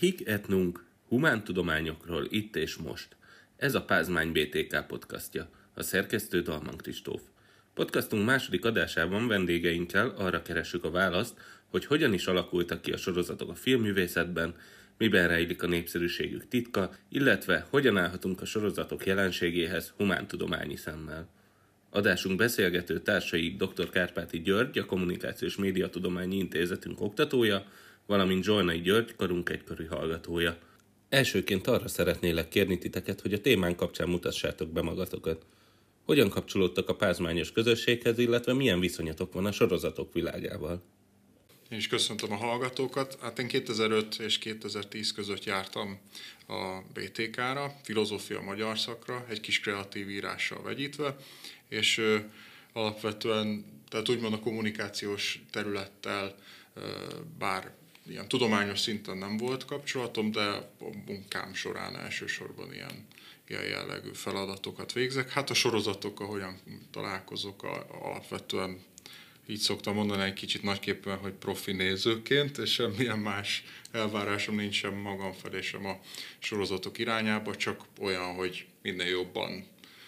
Hic et Nunc, humántudományokról itt és most. Ez a Pázmány BTK podcastja, a szerkesztő Dalman Kristóf. Podcastunk második adásában vendégeinkkel arra keressük a választ, hogy hogyan is alakultak ki a sorozatok a filmművészetben, miben rejlik a népszerűségük titka, illetve hogyan állhatunk a sorozatok jelenségéhez humántudományi szemmel. Adásunk beszélgető társai dr. Kárpáti György, a Kommunikációs Médiatudományi Intézetünk oktatója, valamint Zsolnai György, karunk egykörű hallgatója. Elsőként arra szeretnélek kérni titeket, hogy a témán kapcsán mutassátok be magatokat. Hogyan kapcsolódtak a pázmányos közösséghez, illetve milyen viszonyatok van a sorozatok világával? Én is köszöntöm a hallgatókat. Hát én 2005 és 2010 között jártam a BTK-ra, filozófia magyar szakra, egy kis kreatív írással vegyítve, és alapvetően, tehát úgymond a kommunikációs területtel, bár ilyen tudományos szinten nem volt kapcsolatom, de a munkám során elsősorban ilyen jellegű feladatokat végzek. Hát a sorozatok, ahogyan találkozok, alapvetően így szoktam mondani egy kicsit nagyképpen, hogy profi nézőként, és semmilyen más elvárásom nincs sem magam felé, sem a sorozatok irányába, csak olyan, hogy minél jobban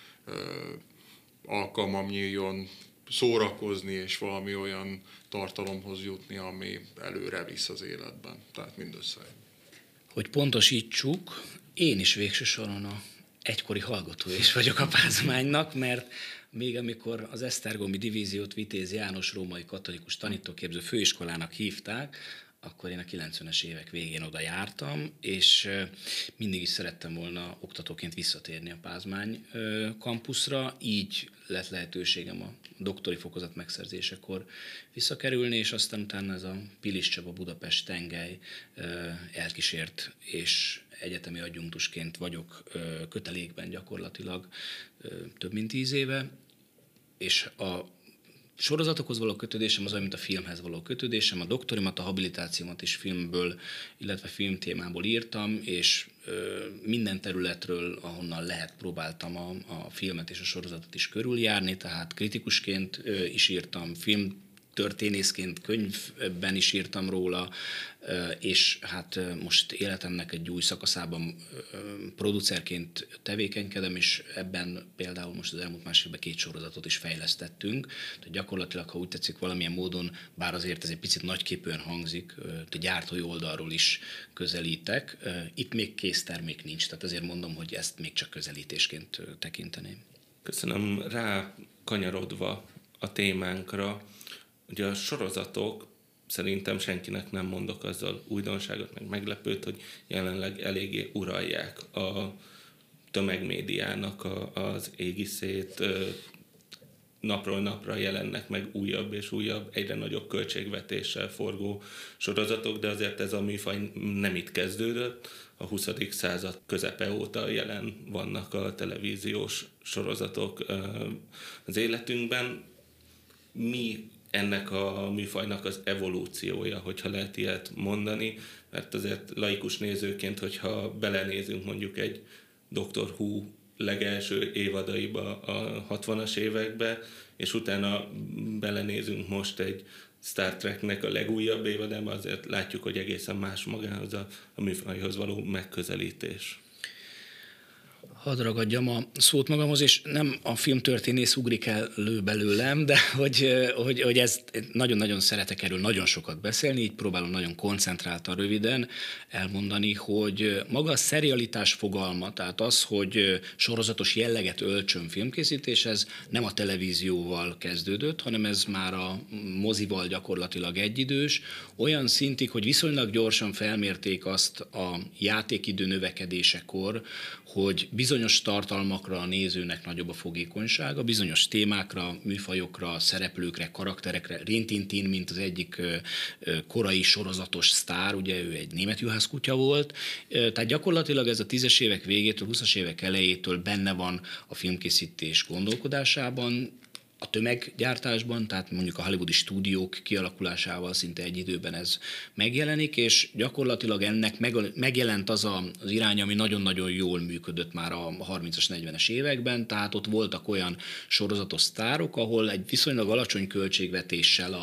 alkalmam nyíljon szórakozni, és valami olyan tartalomhoz jutni, ami előre visz az életben. Tehát mindössze. Hogy pontosítsuk, én is végső soron a egykori hallgatója is vagyok a Pázmánynak, mert még amikor az esztergomi divíziót Vitéz János római katolikus tanítóképző főiskolának hívták, akkor én a 90-es évek végén oda jártam, és mindig is szerettem volna oktatóként visszatérni a Pázmány kampuszra, így lett lehetőségem a doktori fokozat megszerzésekor visszakerülni, és aztán utána ez a Pilis Csaba Budapest tengely elkísért, és egyetemi adjunktusként vagyok kötelékben gyakorlatilag több mint 10 éve, és a sorozatokhoz való kötődésem az olyan, mint a filmhez való kötődésem. A doktorimat, a habilitációmat is filmből, illetve filmtémából írtam, és minden területről, ahonnan lehet, próbáltam a filmet és a sorozatot is körüljárni, tehát kritikusként is írtam, filmtörténészként könyvben is írtam róla, és hát most életemnek egy új szakaszában producerként tevékenykedem, és ebben például most az elmúlt másik évben 2 sorozatot is fejlesztettünk. Tehát gyakorlatilag, ha úgy tetszik, valamilyen módon, bár azért ez egy picit nagyképűen hangzik, a gyártói oldalról is közelítek. Itt még kész termék nincs, tehát ezért mondom, hogy ezt még csak közelítésként tekinteném. Köszönöm. Rá kanyarodva a témánkra, ugye a sorozatok, szerintem senkinek nem mondok azzal újdonságot, meg meglepőt, hogy jelenleg eléggé uralják a tömegmédiának az égiszét. Napról napra jelennek meg újabb és újabb, egyre nagyobb költségvetéssel forgó sorozatok, de azért ez a műfaj nem itt kezdődött. A 20. század közepe óta jelen vannak a televíziós sorozatok az életünkben. Mi ennek a műfajnak az evolúciója, hogyha lehet ilyet mondani, mert azért laikus nézőként, hogyha belenézünk mondjuk egy Doctor Who legelső évadaiba a 60-as évekbe, és utána belenézünk most egy Star Treknek a legújabb évadában, azért látjuk, hogy egészen más magához a műfajhoz való megközelítés. Hadd ragadjam a szót magamhoz, és nem a filmtörténész ugrik elő belőlem, de hogy ezt nagyon-nagyon szeretek erről nagyon sokat beszélni, így próbálom nagyon koncentráltan, röviden elmondani, hogy maga a szerialitás fogalma, tehát az, hogy sorozatos jelleget öltsön filmkészítés, ez nem a televízióval kezdődött, hanem ez már a mozival gyakorlatilag egyidős, olyan szintig, hogy viszonylag gyorsan felmérték azt a játékidő növekedésekor, hogy bizonyos tartalmakra a nézőnek nagyobb a fogékonysága, bizonyos témákra, műfajokra, szereplőkre, karakterekre. Rintintin, mint az egyik korai sorozatos sztár, ugye ő egy német juhászkutya volt. Tehát gyakorlatilag ez a 10-es évek végétől, 20-as évek elejétől benne van a filmkészítés gondolkodásában, a tömeggyártásban, tehát mondjuk a hollywoodi stúdiók kialakulásával szinte egy időben ez megjelenik, és gyakorlatilag ennek megjelent az az irány, ami nagyon-nagyon jól működött már a 30-as, 40-es években, tehát ott voltak olyan sorozatos sztárok, ahol egy viszonylag alacsony költségvetéssel a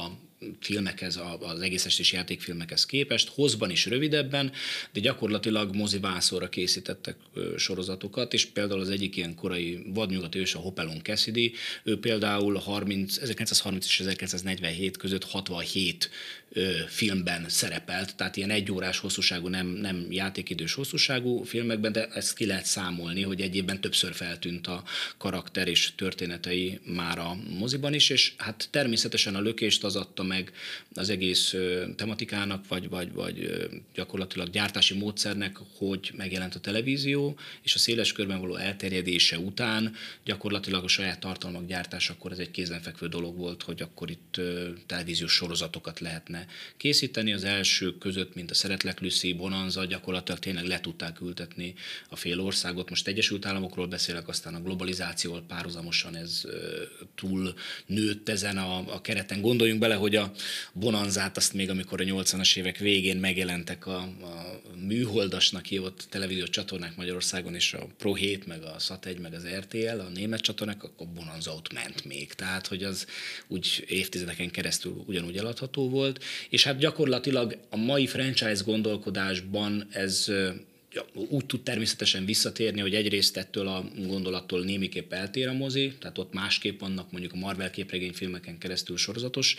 filmekhez, az egész estés játékfilmekhez képest, hosszban is rövidebben, de gyakorlatilag mozivászorra készítettek sorozatokat, és például az egyik ilyen korai vadnyugati ős, a Hopalong Cassidy, ő például 1930 és 1947 között 67 filmben szerepelt, tehát ilyen 1 órás hosszúságú, nem játékidős hosszúságú filmekben, de ezt ki lehet számolni, hogy egy évben többször feltűnt a karakter és történetei már a moziban is, és hát természetesen a lökést az adta meg az egész tematikának, vagy gyakorlatilag gyártási módszernek, hogy megjelent a televízió, és a széles körben való elterjedése után gyakorlatilag a saját tartalmak gyártásakor ez egy kézenfekvő dolog volt, hogy akkor itt televíziós sorozatokat lehetne készíteni. Az elsők között, mint a Szeretlek Lucy, Bonanza, gyakorlatilag tényleg le tudták ültetni a fél országot. Most Egyesült Államokról beszélek, aztán a globalizációval párhuzamosan ez túl nőtt ezen a kereten. Gondoljunk bele, hogy a Bonanzát azt még amikor a 80-as évek végén megjelentek a műholdasnak hívott televíziós csatornák Magyarországon, és a Pro 7, meg a Sat1, meg az RTL, a német csatornák, akkor Bonanza ott ment még. Tehát, hogy az úgy évtizedeken keresztül ugyanúgy eladható volt. És hát gyakorlatilag a mai franchise gondolkodásban ez úgy tud természetesen visszatérni, hogy egyrészt ettől a gondolattól némiképp eltér a mozi, tehát ott másképp vannak mondjuk a Marvel képregényfilmeken keresztül sorozatos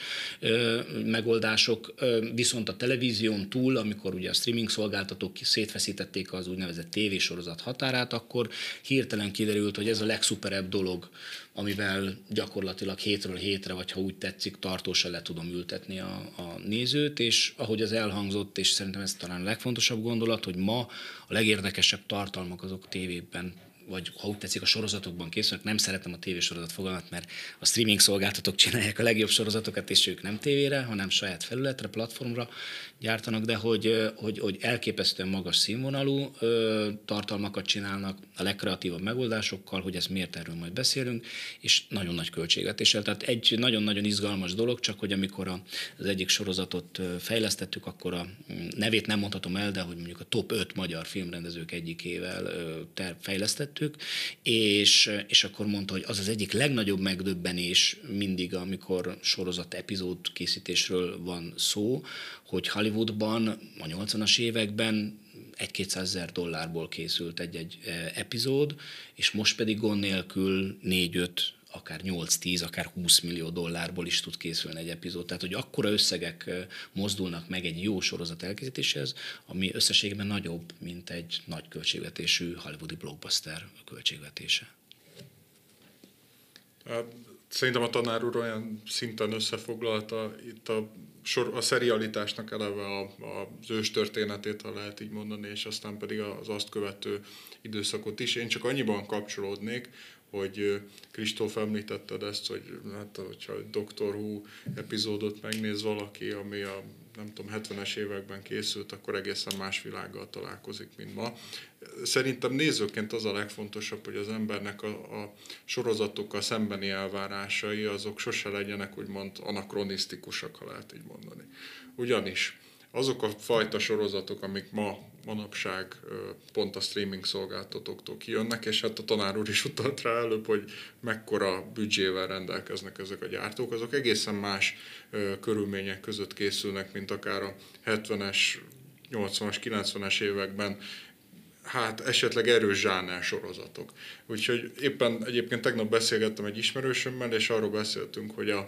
megoldások, viszont a televízión túl, amikor ugye a streaming szolgáltatók szétfeszítették az úgynevezett tévésorozat határát, akkor hirtelen kiderült, hogy ez a legszuperebb dolog, amivel gyakorlatilag hétről hétre, vagy ha úgy tetszik, tartósan le tudom ültetni a nézőt, és ahogy az elhangzott, és szerintem ez talán a legfontosabb gondolat, hogy ma a legérdekesebb tartalmak azok tévében, vagy ha úgy tetszik, a sorozatokban készülnek. Nem szeretem a tévésorozat fogalmat, mert a streaming szolgáltatók csinálják a legjobb sorozatokat, és ők nem tévére, hanem saját felületre, platformra gyártanak, de hogy elképesztően magas színvonalú tartalmakat csinálnak a legkreatívabb megoldásokkal, hogy ez miért, erről majd beszélünk, és nagyon nagy költségvetéssel. Tehát egy nagyon-nagyon izgalmas dolog, csak hogy amikor az egyik sorozatot fejlesztettük, akkor a nevét nem mondhatom el, de hogy mondjuk a top 5 magyar filmrendezők egyikével fejlesztettük, és akkor mondta, hogy az egyik legnagyobb megdöbbenés mindig, amikor sorozat epizód készítésről van szó, hogy Hollywoodban a 80-as években $100,000-200,000 készült egy epizód, és most pedig gond nélkül 4-5, akár 8-10, akár $20 millió is tud készülni egy epizód. Tehát, hogy akkora összegek mozdulnak meg egy jó sorozat elkészítéséhez, ami összességében nagyobb, mint egy nagy költségvetésű hollywoodi blockbuster költségvetése. Szerintem a tanár úr olyan szinten összefoglalta itt a szerialitásnak eleve az őstörténetét, ha lehet így mondani, és aztán pedig az azt követő időszakot is. Én csak annyiban kapcsolódnék, hogy Kristóf említetted ezt, hogy hát, hogyha egy Doctor Who epizódot megnéz valaki, ami a nem tudom, 70-es években készült, akkor egészen más világgal találkozik, mint ma. Szerintem nézőként az a legfontosabb, hogy az embernek a sorozatokkal szembeni elvárásai azok sose legyenek úgymond anakronisztikusak, ha lehet így mondani. Ugyanis azok a fajta sorozatok, amik manapság pont a streaming szolgáltatóktól kijönnek, és hát a tanár úr is utalt rá előbb, hogy mekkora büdzsével rendelkeznek ezek a gyártók, azok egészen más körülmények között készülnek, mint akár a 70-es, 80-as, 90-es években hát esetleg erős zsáner sorozatok. Úgyhogy éppen egyébként tegnap beszélgettem egy ismerősömmel, és arról beszéltünk, hogy a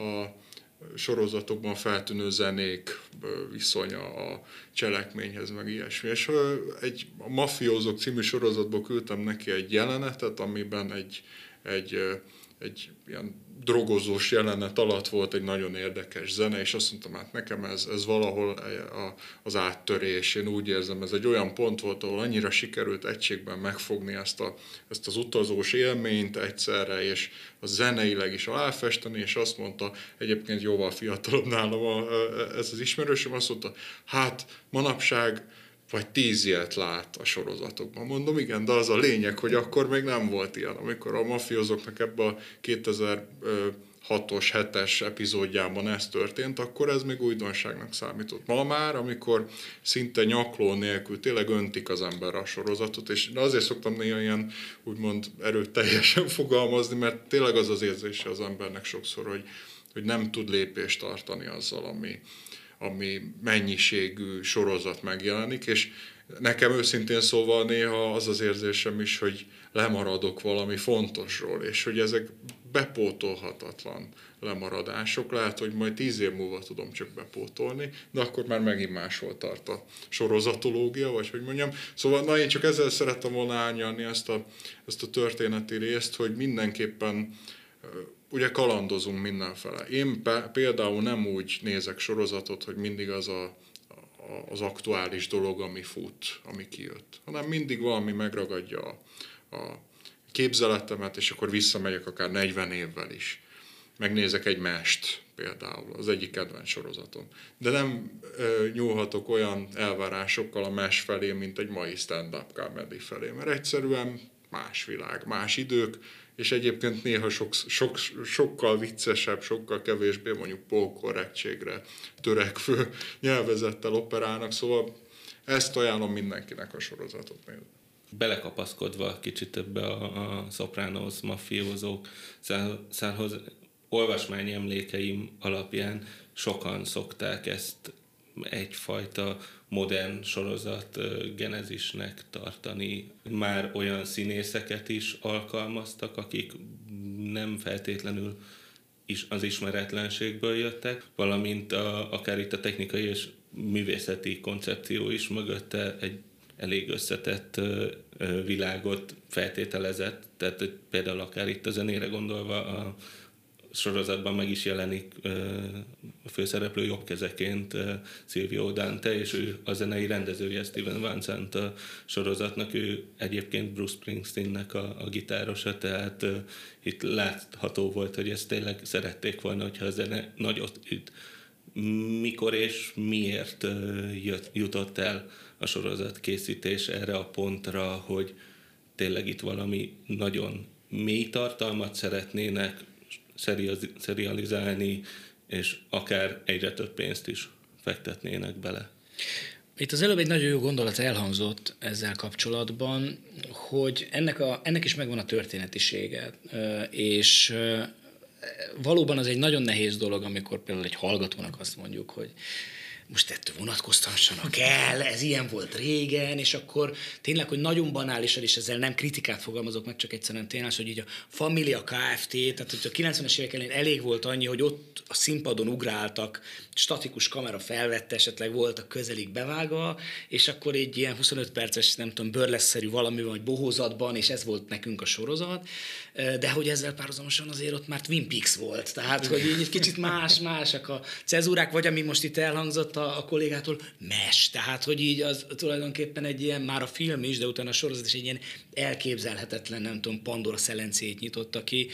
sorozatokban feltűnő zenék viszonya a cselekményhez, meg ilyesmi. És a Mafiózók című sorozatból küldtem neki egy jelenetet, amiben egy ilyen drogozós jelenet alatt volt egy nagyon érdekes zene, és azt mondtam, hát nekem ez valahol az áttörés, én úgy érzem, ez egy olyan pont volt, ahol annyira sikerült egységben megfogni ezt az utazós élményt egyszerre, és a zeneileg is aláfesteni, és azt mondta, egyébként jóval fiatalabb nálam ez az ismerősöm, azt mondta, hát manapság vagy 10 ilyet lát a sorozatokban. Mondom, igen, de az a lényeg, hogy akkor még nem volt ilyen. Amikor a mafiózóknak ebben a 2006-os, 7-es epizódjában ez történt, akkor ez még újdonságnak számított. Ma már, amikor szinte nyakló nélkül tényleg öntik az ember a sorozatot, és azért szoktam néha ilyen úgymond erőteljesen fogalmazni, mert tényleg az az érzése az embernek sokszor, hogy hogy nem tud lépést tartani azzal, ami mennyiségű sorozat megjelenik, és nekem őszintén szóval néha az az érzésem is, hogy lemaradok valami fontosról, és hogy ezek bepótolhatatlan lemaradások. Lehet, hogy majd 10 év múlva tudom csak bepótolni, de akkor már megint máshol tart a sorozatológia, vagy hogy mondjam. Szóval na, én csak ezzel szerettem volna árnyalni ezt a történeti részt, hogy mindenképpen ugye kalandozunk mindenfele. Én például nem úgy nézek sorozatot, hogy mindig az aktuális dolog, ami fut, ami kijött, hanem mindig valami megragadja a képzeletemet, és akkor visszamegyek akár 40 évvel is. Megnézek egy mest például, az egyik kedvenc sorozatom. De nem nyúlhatok olyan elvárásokkal a mes felé, mint egy mai stand-up comedy felé, mert egyszerűen más világ, más idők, és egyébként néha sokkal viccesebb, sokkal kevésbé mondjuk polkorrektségre törekvő nyelvezettel operálnak, szóval ezt ajánlom mindenkinek a sorozatot nézni. Belekapaszkodva kicsit ebbe a Sopranos mafiózók szálhoz, olvasmányi emlékeim alapján sokan szokták ezt egyfajta modern sorozat genezisnek tartani. Már olyan színészeket is alkalmaztak, akik nem feltétlenül az ismeretlenségből jöttek, valamint akár itt a technikai és művészeti koncepció is mögötte egy elég összetett világot feltételezett, tehát például akár itt a zenére gondolva a sorozatban meg is jelenik a főszereplő jobbkezeként Silvio Dante, és ő a zenei rendezője, Steven Van Sant a sorozatnak, ő egyébként Bruce Springsteennek a gitárosa, tehát itt látható volt, hogy ezt tényleg szerették volna, hogyha a zene nagyot üt. Mikor és miért jutott el a sorozat készítés erre a pontra, hogy tényleg itt valami nagyon mély tartalmat szeretnének serializálni, és akár egyre több pénzt is fektetnének bele. Itt az előbb egy nagyon jó gondolat elhangzott ezzel kapcsolatban, hogy ennek is megvan a történetisége, és valóban az egy nagyon nehéz dolog, amikor például egy hallgatónak azt mondjuk, hogy most ettől vonatkoztassanak el, ez ilyen volt régen, és akkor tényleg, hogy nagyon banálisan, és ezzel nem kritikát fogalmazok meg, csak egyszerűen tényleg, hogy így a Familia Kft., tehát hogy a 90-es évek elején elég volt annyi, hogy ott a színpadon ugráltak, statikus kamera felvette, esetleg voltak közelig bevágva, és akkor egy ilyen 25 perces, nem tudom, burlesque-szerű valami, vagy bohózatban, és ez volt nekünk a sorozat, de hogy ezzel párhuzamosan azért ott már Twin Peaks volt, tehát hogy így egy kicsit másak a cezúrák, vagy ami most itt elhangzott a kollégától, mes, tehát hogy így az tulajdonképpen egy ilyen, már a film is, de utána a sorozat is egy ilyen elképzelhetetlen, nem tudom, Pandora szelencéjét nyitotta ki.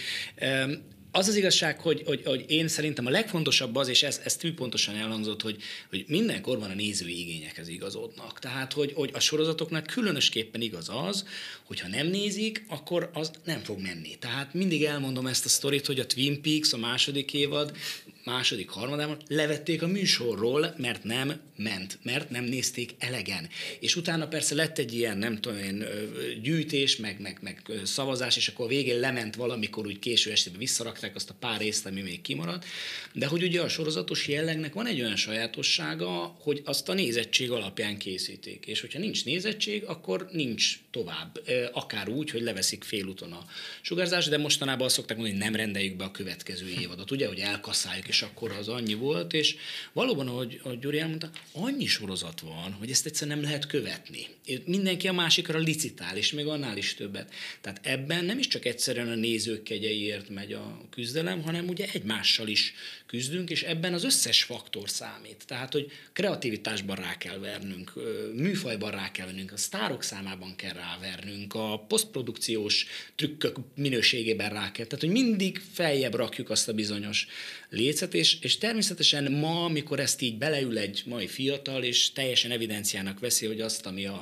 Az az igazság, hogy én szerintem a legfontosabb az, és ez tűpontosan elhangzott, hogy minden korban a nézői igényekhez igazodnak. Tehát, hogy a sorozatoknak különösképpen igaz az, hogyha nem nézik, akkor az nem fog menni. Tehát mindig elmondom ezt a sztorit, hogy a Twin Peaks a második évad, második harmadában levették a műsorról, mert nem ment, mert nem nézték elegen. És utána persze lett egy ilyen, nem tudom én, gyűjtés, meg szavazás, és akkor a végén lement valamikor úgy késő estében visszarakták azt a pár részt, ami még kimaradt. De hogy ugye a sorozatos jellegnek van egy olyan sajátossága, hogy azt a nézettség alapján készítik. És hogyha nincs nézettség, akkor nincs tovább. Akár úgy, hogy leveszik félúton a sugárzás, de mostanában azt szokták mondani, hogy nem rendeljük be a következő évadot. Ugye, hogy elkasszáljuk, és akkor az annyi volt, és valóban, ahogy Gyuri elmondta, annyi sorozat van, hogy ezt egyszerűen nem lehet követni. Mindenki a másikra licitál, és még annál is többet. Tehát ebben nem is csak egyszerűen a nézők kegyeiért megy a küzdelem, hanem ugye egymással is küzdünk, és ebben az összes faktor számít. Tehát, hogy kreativitásban rá kell vernünk, műfajban rá kell vernünk, a sztárok számában kell rávernünk, a posztprodukciós trükkök minőségében rá kell. Tehát, hogy mindig feljebb rakjuk azt a bizonyos lécet, és természetesen ma, amikor ezt így beleül egy mai fiatal, és teljesen evidenciának veszi, hogy azt, ami a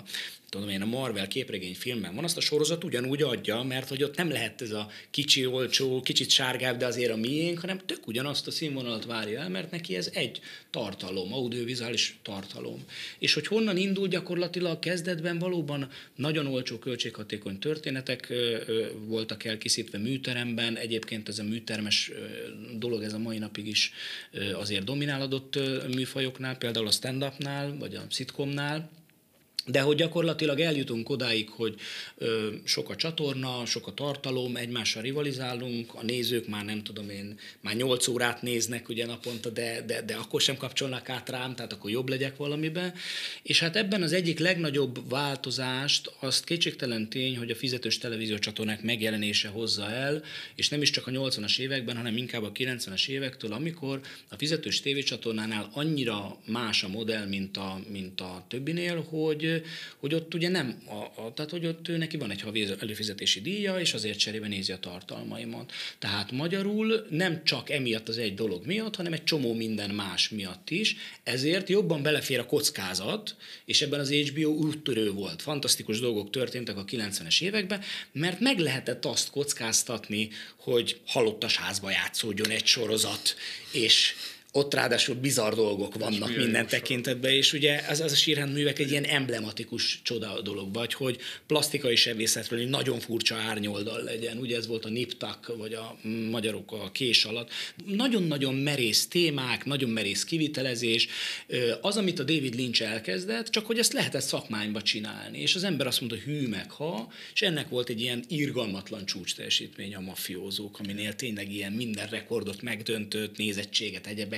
tudom én, a Marvel képregény filmben van, azt a sorozat ugyanúgy adja, mert hogy ott nem lehet ez a kicsi, olcsó, kicsit sárgább, de azért a miénk, hanem tök ugyanazt a színvonalat várja el, mert neki ez egy tartalom, audiovizuális tartalom. És hogy honnan indul, gyakorlatilag kezdetben valóban nagyon olcsó, költséghatékony történetek voltak elkészítve műteremben, egyébként ez a műtermes dolog, ez a mai napig is azért dominál adott műfajoknál, például a stand-upnál, vagy a szitkomnál, de hogy gyakorlatilag eljutunk odáig, hogy sok a csatorna, sok a tartalom, egymással rivalizálunk, a nézők már nem tudom én, már 8 órát néznek ugye naponta, de akkor sem kapcsolnak át rám, tehát akkor jobb legyek valamiben. És hát ebben az egyik legnagyobb változást, azt kétségtelen tény, hogy a fizetős televíziócsatornák megjelenése hozza el, és nem is csak a 80-as években, hanem inkább a 90-es évektől, amikor a fizetős tévécsatornánál annyira más a modell, mint a többinél, hogy ott ugye nem, tehát hogy ott neki van egy havi előfizetési díja, és azért cserébe nézi a tartalmaimat. Tehát magyarul nem csak emiatt az egy dolog miatt, hanem egy csomó minden más miatt is, ezért jobban belefér a kockázat, és ebben az HBO úttörő volt. Fantasztikus dolgok történtek a 90-es években, mert meg lehetett azt kockáztatni, hogy halottas házba játszódjon egy sorozat, és ott ráadásul bizarr dolgok vannak minden tekintetben, és ugye az a sírhangművek egy ilyen emblematikus csoda dolog, vagy hogy plastikai sebészetről egy nagyon furcsa árnyoldal legyen, ugye ez volt a niptak, vagy a magyarok a kés alatt. Nagyon-nagyon merész témák, nagyon merész kivitelezés, az, amit a David Lynch elkezdett, csak hogy ezt lehetett szakmányba csinálni, és az ember azt mondta, hű meg ha, és ennek volt egy ilyen irgalmatlan csúcsteljesítmény a Mafiózók, aminél tényleg ilyen minden rekordot megdöntött, nézettséget, egyebeket,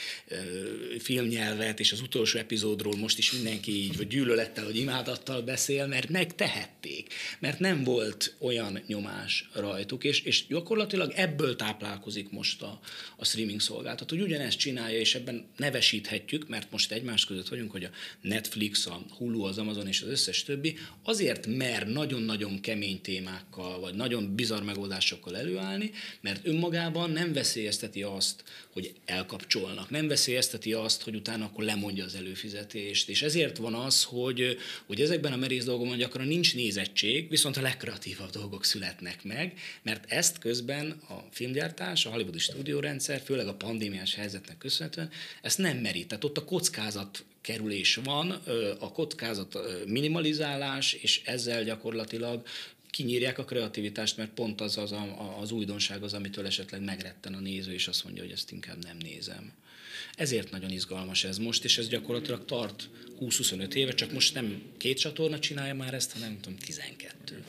filmnyelvet, és az utolsó epizódról most is mindenki így, vagy gyűlölettel, vagy imádattal beszél, mert megtehették, mert nem volt olyan nyomás rajtuk, és gyakorlatilag ebből táplálkozik most a streaming szolgáltató, hogy ugyanezt csinálja, és ebben nevesíthetjük, mert most egymás között vagyunk, hogy a Netflix, a Hulu, az Amazon és az összes többi, azért mer nagyon-nagyon kemény témákkal, vagy nagyon bizarr megoldásokkal előállni, mert önmagában nem veszélyezteti azt, hogy elkapcsolnak. Nem veszélyezteti azt, hogy utána akkor lemondja az előfizetést. És ezért van az, hogy ezekben a merész dolgokban gyakran nincs nézettség, viszont a legkreatívabb dolgok születnek meg, mert ezt közben a filmgyártás, a hollywoodi stúdiórendszer, főleg a pandémiás helyzetnek köszönhetően, ezt nem meri. Tehát ott a kockázat kerülés van, a kockázat minimalizálás, és ezzel gyakorlatilag kinyírják a kreativitást, mert pont az újdonság az, amitől esetleg megretten a néző, és azt mondja, hogy ezt inkább nem nézem. Ezért nagyon izgalmas ez most, és ez gyakorlatilag tart 20-25 éve, csak most nem 2 csatorna csinálja már ezt, hanem nem tudom, 12.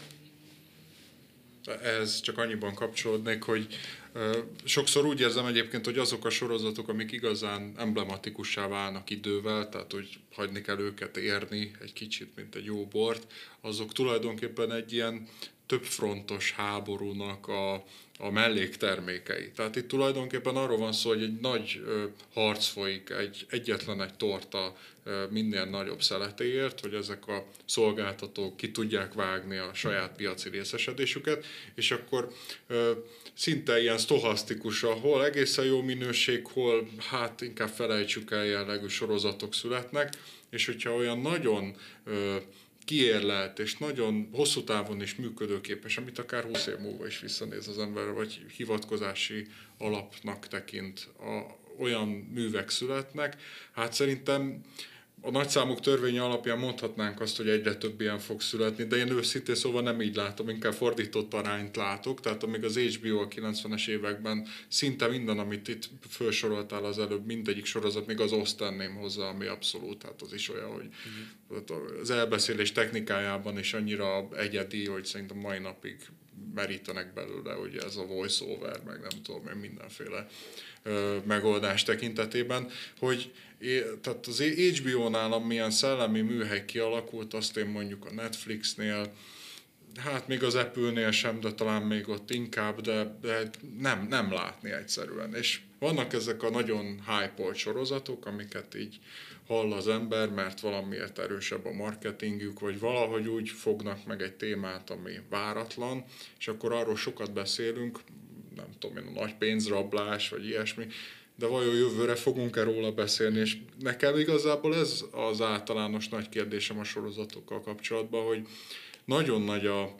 Ez csak annyiban kapcsolódnék, hogy sokszor úgy érzem egyébként, hogy azok a sorozatok, amik igazán emblematikussá válnak idővel, tehát hogy hagyni kell őket érni egy kicsit, mint egy jó bort, azok tulajdonképpen egy ilyen többfrontos háborúnak a melléktermékei. Tehát itt tulajdonképpen arról van szó, hogy egy nagy harc folyik, egyetlen egy torta minél nagyobb szeletéért, hogy ezek a szolgáltatók ki tudják vágni a saját piaci részesedésüket, és akkor szinte ilyen sztochasztikusan, hol egészen jó minőség, hol hát inkább felejtsük el jellegű sorozatok születnek, és hogyha olyan nagyon kiérlelt és nagyon hosszú távon is működőképes, amit akár 20 év múlva is visszanéz az ember, vagy hivatkozási alapnak tekint, olyan művek születnek, hát szerintem a nagyszámok törvénye alapján mondhatnánk azt, hogy egyre több ilyen fog születni, de én őszintén szóval nem így látom, inkább fordított arányt látok, tehát amíg az HBO a 90-es években szinte minden, amit itt felsoroltál az előbb, mindegyik sorozat, még az Oz tenném hozzá, ami abszolút, hát az is olyan, hogy az elbeszélés technikájában is annyira egyedi, hogy szerintem mai napig merítenek belőle, hogy ez a voice-over, meg nem tudom én mindenféle megoldás tekintetében, hogy tehát az HBO-nál, amilyen szellemi műhely kialakult, azt én mondjuk a Netflixnél, hát még az Apple-nél sem, de talán még ott inkább, de nem látni egyszerűen. És vannak ezek a nagyon hype-olt sorozatok, amiket így hall az ember, mert valamiért erősebb a marketingük, vagy valahogy úgy fognak meg egy témát, ami váratlan, és akkor arról sokat beszélünk, nem tudom én, a nagy pénzrablás, vagy ilyesmi, de vajon jövőre fogunk-e róla beszélni, és nekem igazából ez az általános nagy kérdésem a sorozatokkal kapcsolatban, hogy nagyon nagy a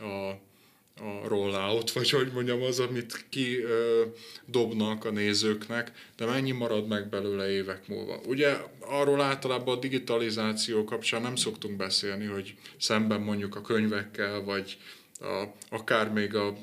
rollout, vagy hogy mondjam, az, amit dobnak a nézőknek, de mennyi marad meg belőle évek múlva. Ugye arról általában a digitalizáció kapcsán nem szoktunk beszélni, hogy szemben mondjuk a könyvekkel, vagy akár még a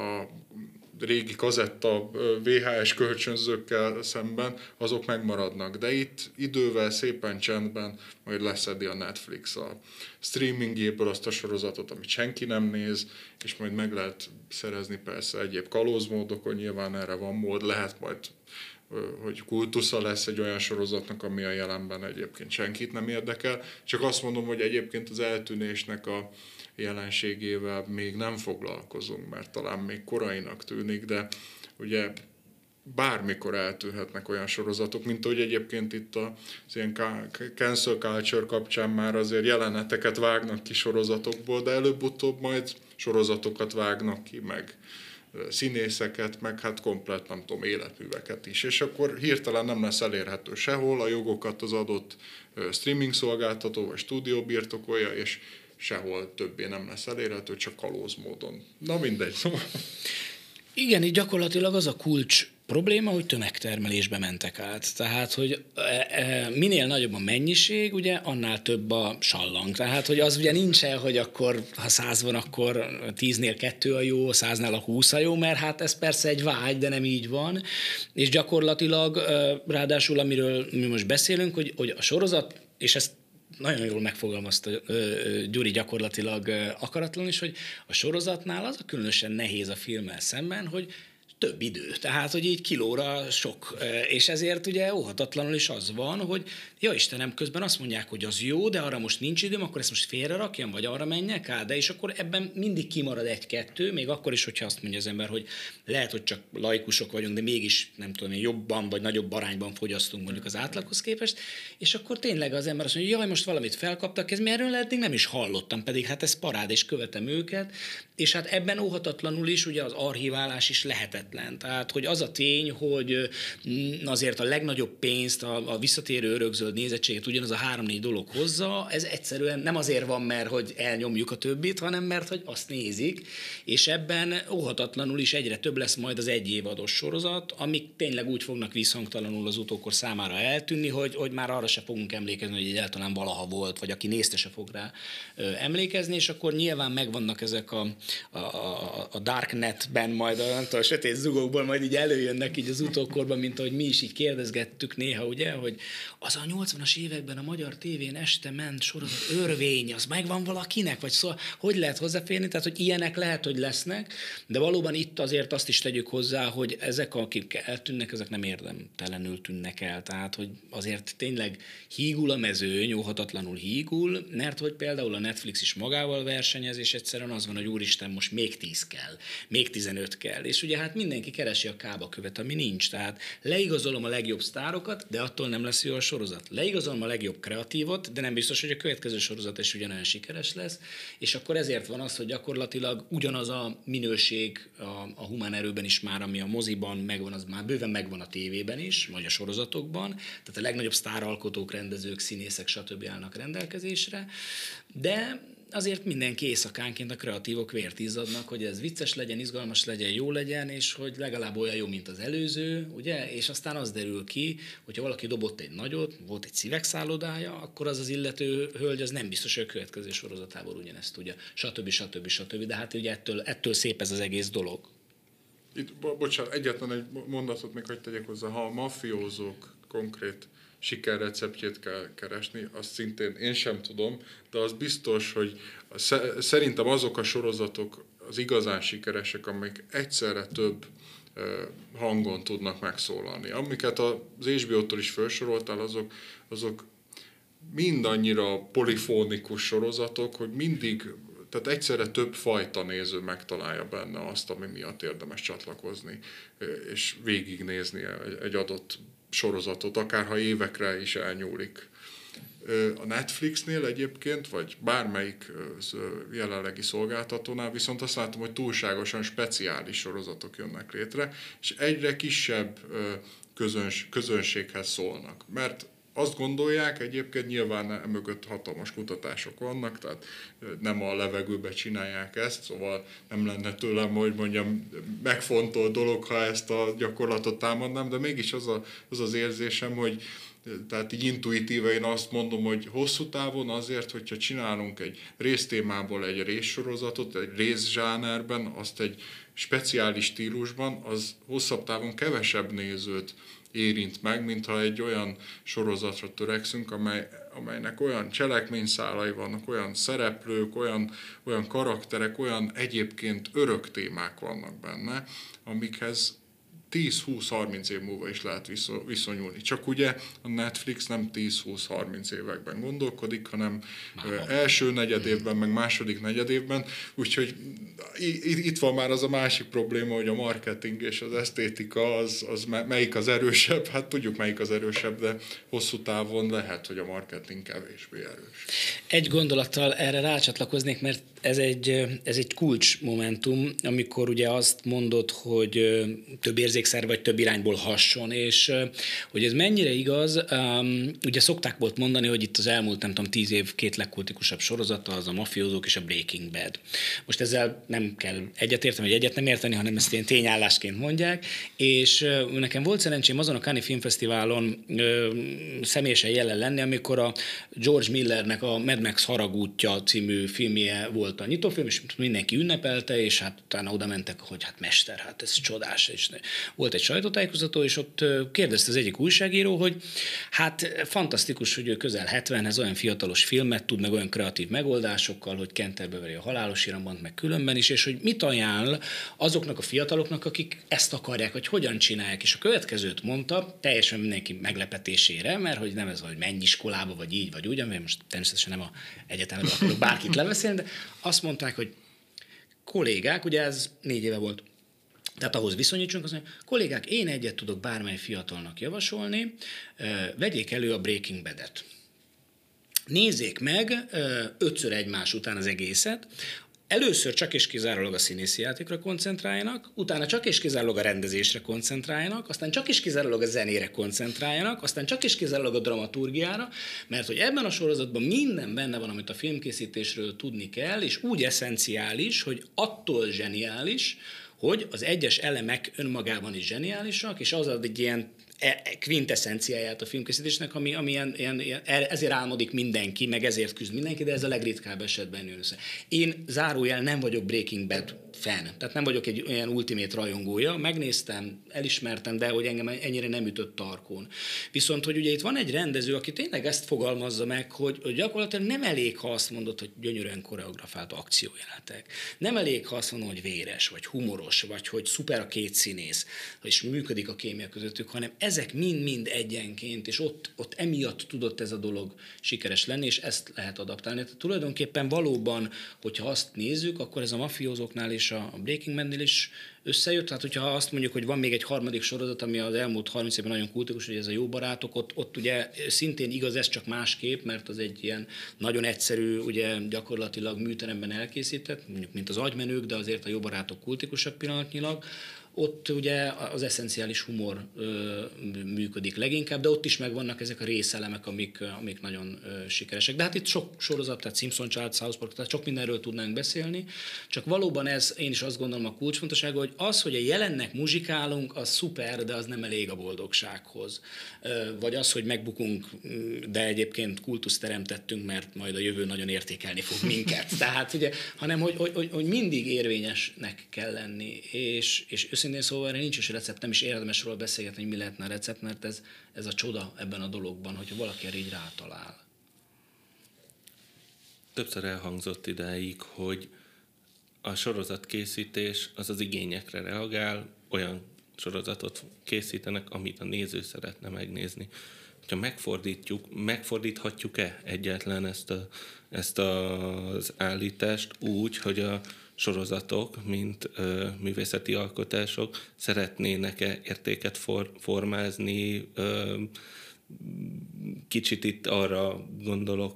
régi kazetta VHS kölcsönzőkkel szemben, azok megmaradnak. De itt idővel, szépen csendben majd leszedi a Netflix a streamingjéből azt a sorozatot, amit senki nem néz, és majd meg lehet szerezni persze egyéb kalózmódokon, nyilván erre van mód, lehet majd hogy kultusza lesz egy olyan sorozatnak, ami a jelenben egyébként senkit nem érdekel. Csak azt mondom, hogy egyébként az eltűnésnek a jelenségével még nem foglalkozunk, mert talán még korainak tűnik, de ugye bármikor eltűnhetnek olyan sorozatok, mint ahogy egyébként itt az ilyen cancel culture kapcsán már azért jeleneteket vágnak ki sorozatokból, de előbb-utóbb majd sorozatokat vágnak ki, meg színészeket, meg hát komplet, nem tudom, életműveket is. És akkor hirtelen nem lesz elérhető sehol, a jogokat az adott streaming szolgáltató vagy stúdió birtokolja, és sehol többé nem lesz elérhető, csak kalóz módon. Na mindegy. Igen, így gyakorlatilag az a kulcs probléma, hogy tömegtermelésbe mentek át. Tehát, hogy minél nagyobb a mennyiség, ugye, annál több a sallang. Tehát, hogy az ugye nincsen, hogy akkor, ha 100 van, akkor 10-nél 2 a jó, 100-nál a 20 a jó, mert hát ez persze egy vágy, de nem így van. És gyakorlatilag, ráadásul, amiről mi most beszélünk, hogy a sorozat, és ezt nagyon jól megfogalmazta Gyuri gyakorlatilag akaratlan is, hogy a sorozatnál az a különösen nehéz a filmmel szemben, hogy több idő. Tehát, hogy így kilóra sok. És ezért ugye óhatatlanul is az van, hogy ja Istenem, közben azt mondják, hogy az jó, de arra most nincs időm, akkor ezt most félre rakjam, vagy arra menjek át, de és akkor ebben mindig kimarad 1-2, még akkor is, hogyha azt mondja az ember, hogy lehet, hogy csak laikusok vagyunk, de mégis nem tudom, jobban vagy nagyobb arányban fogyasztunk mondjuk az átlaghoz képest, és akkor tényleg az ember azt mondja, jaj, most valamit felkaptak, ez erről eddig nem is hallottam, pedig hát ez parád, és követem őket, és hát ebben óhatatlanul is ugye az archiválás is lehetetlen. Tehát, hogy az a tény, hogy azért a legnagyobb pénzt, a visszatérő örökzöld nézettséget ugyanaz a 3-4 dolog hozza, ez egyszerűen nem azért van, mert hogy elnyomjuk a többit, hanem mert hogy azt nézik, és ebben óhatatlanul is egyre több lesz majd az egyévados sorozat, amik tényleg úgy fognak visszhangtalanul az utókor számára eltűnni, hogy már arra se fogunk emlékezni, hogy egyáltalán valaha volt, vagy aki nézte se fog rá emlékezni, és akkor nyilván megvannak ezek a darknetben majd a sötét zugokból majd így előjönnek így az utókorban, mint ahogy mi is így kérdezgettük néha, ugye, hogy az a 80-as években a magyar tévén este ment sorozat Örvény, az megvan valakinek, vagy szóval hogy lehet hozzáférni, tehát hogy ilyenek lehet, hogy lesznek, de valóban itt azért azt is tegyük hozzá, hogy ezek, akik eltűnnek, ezek nem érdemtelenül tűnnek el, tehát hogy azért tényleg hígul a mezőny, óhatatlanul hígul, mert hogy például a Netflix is magával versenyez, és egyszerűen az van, hogy úristen, most még 10 kell, még 15 kell, és ugye hát mindenki keresi a kábakövet, ami nincs, tehát leigazolom a legjobb sztárokat, de attól nem lesz jó a sorozat. Leigazolom a legjobb kreatívot, de nem biztos, hogy a következő sorozat is ugyanolyan sikeres lesz, és akkor ezért van az, hogy gyakorlatilag ugyanaz a minőség a humán erőben is már, ami a moziban megvan, az már bőven megvan a tévében is, vagy a sorozatokban, tehát a legnagyobb sztáralkotók, rendezők, színészek, stb. Állnak rendelkezésre, de azért mindenki éjszakánként a kreatívok vért izzadnak, hogy ez vicces legyen, izgalmas legyen, jó legyen, és hogy legalább olyan jó, mint az előző, ugye? És aztán az derül ki, hogyha valaki dobott egy nagyot, volt egy szívegszállodája, akkor az illető hölgy az nem biztos, hogy a következő sorozatából ugyanezt tudja, stb. De hát ugye ettől szép ez az egész dolog. Itt, bocsánat, egyetlen egy mondatot még, hogy tegyek hozzá, ha a mafiózók konkrét sikerreceptjét kell keresni, azt szintén én sem tudom, de az biztos, hogy szerintem azok a sorozatok az igazán sikeresek, amik egyszerre több hangon tudnak megszólalni. Amiket az HBO-tól is felsoroltál, azok mind annyira polifónikus sorozatok, hogy mindig, tehát egyszerre több fajta néző megtalálja benne azt, ami miatt érdemes csatlakozni, és végignézni egy adott sorozatot, akárha évekre is elnyúlik. A Netflixnél egyébként, vagy bármelyik jelenlegi szolgáltatónál viszont azt látom, hogy túlságosan speciális sorozatok jönnek létre, és egyre kisebb közönséghez szólnak. Mert azt gondolják, egyébként nyilván mögött hatalmas kutatások vannak, tehát nem a levegőbe csinálják ezt, szóval nem lenne tőlem, hogy mondjam, megfontolt dolog, ha ezt a gyakorlatot támadnám, de mégis az az érzésem, hogy tehát így intuitíve én azt mondom, hogy hosszú távon azért, hogyha csinálunk egy résztémából egy részsorozatot, egy részzsánerben, azt egy speciális stílusban, az hosszabb távon kevesebb nézőt érint meg, mintha egy olyan sorozatra törekszünk, amelynek olyan cselekményszálai vannak, olyan szereplők, olyan karakterek, olyan egyébként örök témák vannak benne, amikhez 10-20-30 év múlva is lehet viszonyulni. Csak ugye a Netflix nem 10-20-30 években gondolkodik, hanem első negyedévben, meg második negyedévben, úgyhogy itt van már az a másik probléma, hogy a marketing és az esztétika, az melyik az erősebb, hát tudjuk melyik az erősebb, de hosszú távon lehet, hogy a marketing kevésbé erős. Egy gondolattal erre rácsatlakoznék, mert ez egy kulcsmomentum, amikor ugye azt mondod, hogy több érzékszer vagy több irányból hasson, és hogy ez mennyire igaz, ugye szokták volt mondani, hogy itt az elmúlt, nem tudom, 10 év két legkultikusabb sorozata az a Mafiózók és a Breaking Bad. Most ezzel nem kell egyetérteni, vagy egyet nem érteni, hanem ezt ilyen tényállásként mondják, és nekem volt szerencsém azon a Cannes Filmfesztiválon személyesen jelen lenni, amikor a George Millernek a Mad Max Haragútja című filmje volt a nyitófilm, és mindenki ünnepelte, és hát utána oda mentek, hogy hát mester, hát ez csodás. És volt egy sajtótájékoztató, és ott kérdezte az egyik újságíró, hogy hát fantasztikus, hogy ő közel 70-hez olyan fiatalos filmet tud, meg olyan kreatív megoldásokkal, hogy Canterbury a halálos iramban, meg különben is, és hogy mit ajánl azoknak a fiataloknak, akik ezt akarják, hogy hogyan csinálják. És a következőt mondta, teljesen mindenki meglepetésére, mert hogy nem ez, hogy menj iskolába, vagy így, vagy úgy, amivel most természetesen nem a egyetemről akarok bárkit lebeszélni, de azt mondták, hogy kollégák, ugye ez 4 éve volt, tehát ahhoz viszonyítsunk, azt mondja, kollégák, én egyet tudok bármely fiatalnak javasolni, vegyék elő a Breaking Bad-et. Nézzék meg 5-ször egymás után az egészet, először csak és kizárólag a színészi játékra koncentráljanak, utána csak és kizárólag a rendezésre koncentráljanak, aztán csak és kizárólag a zenére koncentráljanak, aztán csak és kizárólag a dramaturgiára, mert hogy ebben a sorozatban minden benne van, amit a filmkészítésről tudni kell, és úgy eszenciális, hogy attól zseniális, hogy az egyes elemek önmagában is zseniálisak, és az ad egy ilyen kvintessenciáját a filmkészítésnek, ami ezért álmodik mindenki, meg ezért küzd mindenki, de ez a legritkább esetben jön össze. Én zárójel nem vagyok Breaking Bad fan, tehát nem vagyok egy olyan ultimate rajongója, megnéztem, elismertem, de hogy engem ennyire nem ütött tarkón. Viszont, hogy ugye itt van egy rendező, aki tényleg ezt fogalmazza meg, hogy gyakorlatilag nem elég, ha azt mondod, hogy gyönyörűen koreografált akciójelenetek. Nem elég, ha azt mondod, hogy véres, vagy humoros, vagy hogy szuper a két színész, és működik a kémia közöttük, hanem ezek mind-mind egyenként, és ott emiatt tudott ez a dolog sikeres lenni, és ezt lehet adaptálni. Tehát tulajdonképpen valóban, hogyha azt nézzük, akkor ez a Mafiózóknál és a Breaking Badnél is összejött. Tehát, hogyha azt mondjuk, hogy van még egy harmadik sorozat, ami az elmúlt 30 évben nagyon kultikus, hogy ez a Jó barátok, ott ugye szintén igaz, ez csak másképp, mert az egy ilyen nagyon egyszerű, ugye gyakorlatilag műteremben elkészített, mondjuk mint az Agymenők, de azért a Jó barátok kultikusabb pillanatnyilag. Ott ugye az eszenciális humor működik leginkább, de ott is megvannak ezek a részelemek, amik nagyon sikeresek. De hát itt sok sorozat, tehát Simpson Család, South Park, tehát sok mindenről tudnánk beszélni, csak valóban ez, én is azt gondolom a kulcsfontossága, hogy az, hogy a jelennek muzsikálunk, az szuper, de az nem elég a boldogsághoz. Vagy az, hogy megbukunk, de egyébként kultuszt teremtettünk, mert majd a jövő nagyon értékelni fog minket. Tehát ugye, hanem hogy mindig érvényesnek kell lenni, és őszintén szóval erre nincs is recept, nem is érdemes róla beszélgetni, hogy mi lehetne a recept, mert ez a csoda ebben a dologban, hogyha valaki erre így rátalál. Többször elhangzott idáig, hogy a sorozatkészítés az igényekre reagál, olyan sorozatot készítenek, amit a néző szeretne megnézni. Ha megfordíthatjuk-e egyáltalán ezt az állítást úgy, hogy a sorozatok, mint művészeti alkotások szeretnének-e értéket formázni? Kicsit itt arra gondolok,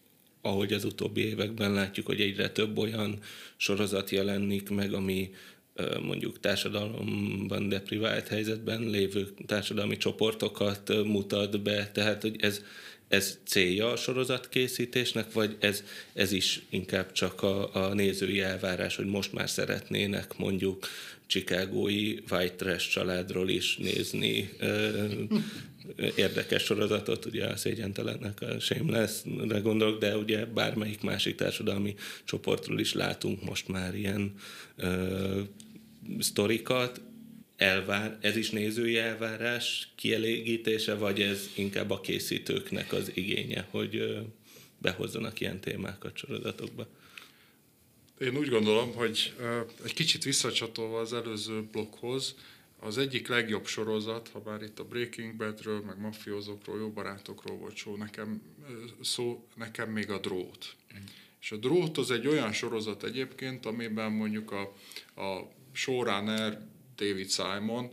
ahogy az utóbbi években látjuk, hogy egyre több olyan sorozat jelenik meg, ami mondjuk társadalomban deprivált helyzetben lévő társadalmi csoportokat mutat be, tehát hogy ez célja a sorozatkészítésnek, vagy ez is inkább csak a nézői elvárás, hogy most már szeretnének mondjuk chicagói white trash családról is nézni érdekes sorozatot, ugye a Szégyentelennek a Shameless-re gondolok, de ugye bármelyik másik társadalmi csoportról is látunk most már ilyen sztorikat. Ez is nézői elvárás kielégítése, vagy ez inkább a készítőknek az igénye, hogy behozzanak ilyen témákat sorozatokba? Én úgy gondolom, hogy egy kicsit visszacsatolva az előző blokkhoz, az egyik legjobb sorozat, ha bár itt a Breaking Badről, meg mafiózókról, jó barátokról volt nekem még a Drót. És a Drót az egy olyan sorozat egyébként, amiben mondjuk a showrunner David Simon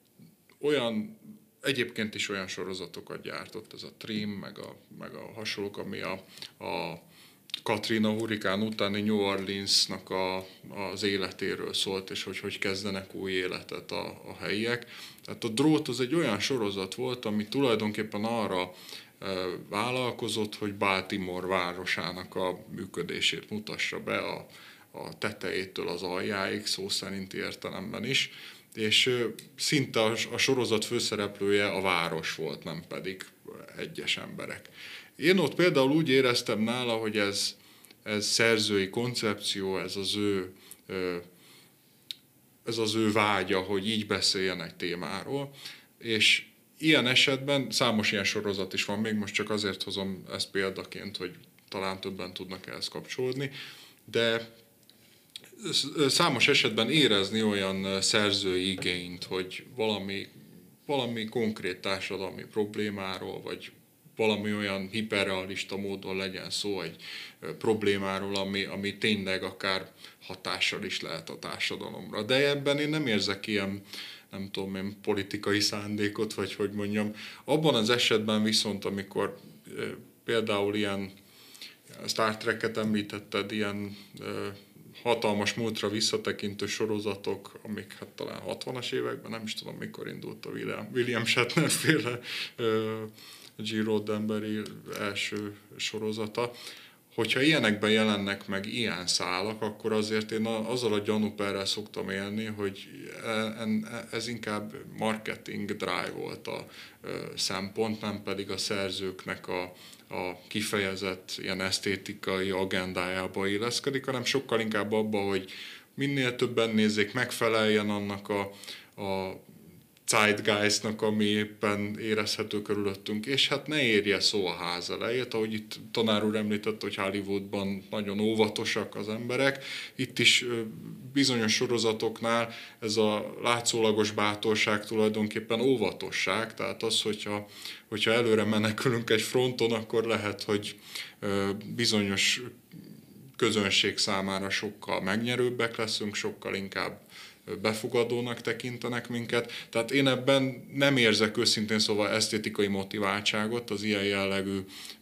egyébként is olyan sorozatokat gyártott, ez a Trim, meg a hasonlók, ami a Katrina hurrikán utáni New Orleansnak az életéről szólt, és hogy kezdenek új életet a helyiek. Tehát a Drót az egy olyan sorozat volt, ami tulajdonképpen arra vállalkozott, hogy Baltimore városának a működését mutassa be a tetejétől az aljáig, szó szerinti értelemben is, és szinte a sorozat főszereplője a város volt, nem pedig egyes emberek. Én ott például úgy éreztem nála, hogy ez szerzői koncepció, ez az ő vágya, hogy így beszéljen egy témáról, és ilyen esetben számos ilyen sorozat is van, még most csak azért hozom ezt példaként, hogy talán többen tudnak ehhez kapcsolódni, de számos esetben érezni olyan szerzői igényt, hogy valami konkrét társadalmi problémáról, vagy valami olyan hiperrealista módon legyen szó egy problémáról, ami tényleg akár hatással is lehet a társadalomra. De ebben én nem érzek ilyen, nem tudom én, politikai szándékot, vagy hogy mondjam. Abban az esetben viszont, amikor például ilyen Star Trek-et említetted, ilyen hatalmas múltra visszatekintő sorozatok, amik hát talán 60-as években, nem is tudom mikor indult a William Shatner féle G. Roddenberry első sorozata. Hogyha ilyenekben jelennek meg ilyen szálak, akkor azért én azzal a gyanúperrel szoktam élni, hogy ez inkább marketing drive volt a szempont, nem pedig a szerzőknek a kifejezett ilyen esztétikai agendájába illeszkedik, hanem sokkal inkább abba, hogy minél többen nézzék, megfeleljen annak a zeitgeistnak, ami éppen érezhető körülöttünk, és hát ne érje szó a ház elejét, ahogy itt tanár úr említette, hogy Hollywoodban nagyon óvatosak az emberek, itt is bizonyos sorozatoknál ez a látszólagos bátorság tulajdonképpen óvatosság, tehát az, hogyha előre menekülünk egy fronton, akkor lehet, hogy bizonyos közönség számára sokkal megnyerőbbek leszünk, sokkal inkább befogadónak tekintenek minket. Tehát én ebben nem érzek őszintén szóval esztétikai motiváltságot az ilyen jellegű,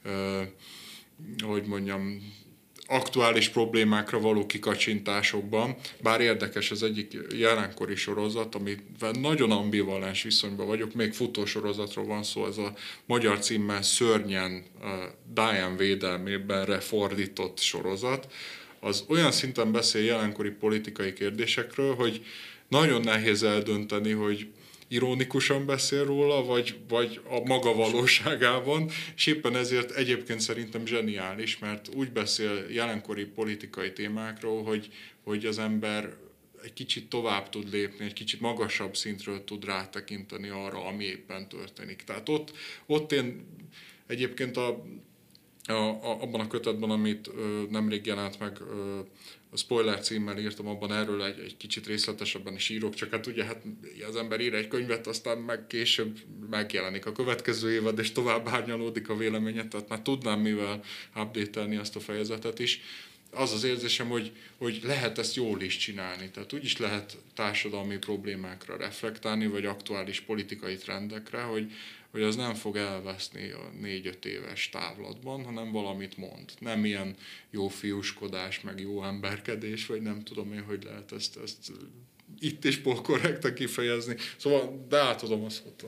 hogy mondjam, aktuális problémákra való kikacsintásokban. Bár érdekes, az egyik jelenkori sorozat, amivel nagyon ambivalens viszonyban vagyok, még futósorozatról van szó, ez a magyar címmel Szörnyen Diane védelmében refordított sorozat, az olyan szinten beszél jelenkori politikai kérdésekről, hogy nagyon nehéz eldönteni, hogy ironikusan beszél róla, vagy a maga valóságában, és éppen ezért egyébként szerintem zseniális, mert úgy beszél jelenkori politikai témákról, hogy az ember egy kicsit tovább tud lépni, egy kicsit magasabb szintről tud rátekinteni arra, ami éppen történik. Tehát ott én egyébként abban a kötetben, amit nemrég jelent meg, a spoiler címmel írtam, abban erről egy kicsit részletesebben is írok, csak hát ugye az ember ír egy könyvet, aztán meg később megjelenik a következő évad, és tovább árnyalódik a véleménye, tehát már tudnám mivel update-elni azt a fejezetet is. Az az érzésem, hogy lehet ezt jól is csinálni, tehát úgy is lehet társadalmi problémákra reflektálni, vagy aktuális politikai trendekre, hogy az nem fog elveszni a 4-5 éves távlatban, hanem valamit mond. Nem ilyen jó fiúskodás, meg jó emberkedés, vagy nem tudom én, hogy lehet ezt itt is korrekten kifejezni. Szóval beátadom a szót.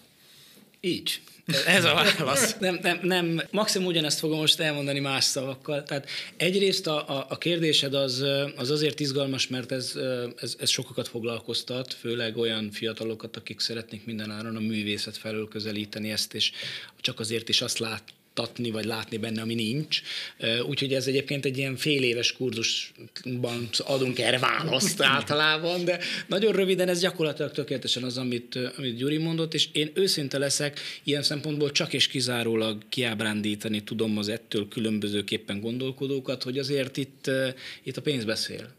Így. Ez a válasz. Nem. Maximum ugyanezt fogom most elmondani más szavakkal. Tehát egyrészt a kérdésed az azért izgalmas, mert ez sokakat foglalkoztat, főleg olyan fiatalokat, akik szeretnék mindenáron a művészet felől közelíteni ezt, és csak azért is azt látni, vagy látni benne, ami nincs. Úgyhogy ez egyébként egy ilyen fél éves kurzusban adunk erre választ általában, de nagyon röviden ez gyakorlatilag tökéletesen az, amit Gyuri mondott, és én őszinte leszek, ilyen szempontból csak és kizárólag kiábrándítani tudom az ettől különbözőképpen gondolkodókat, hogy azért itt a pénz beszél.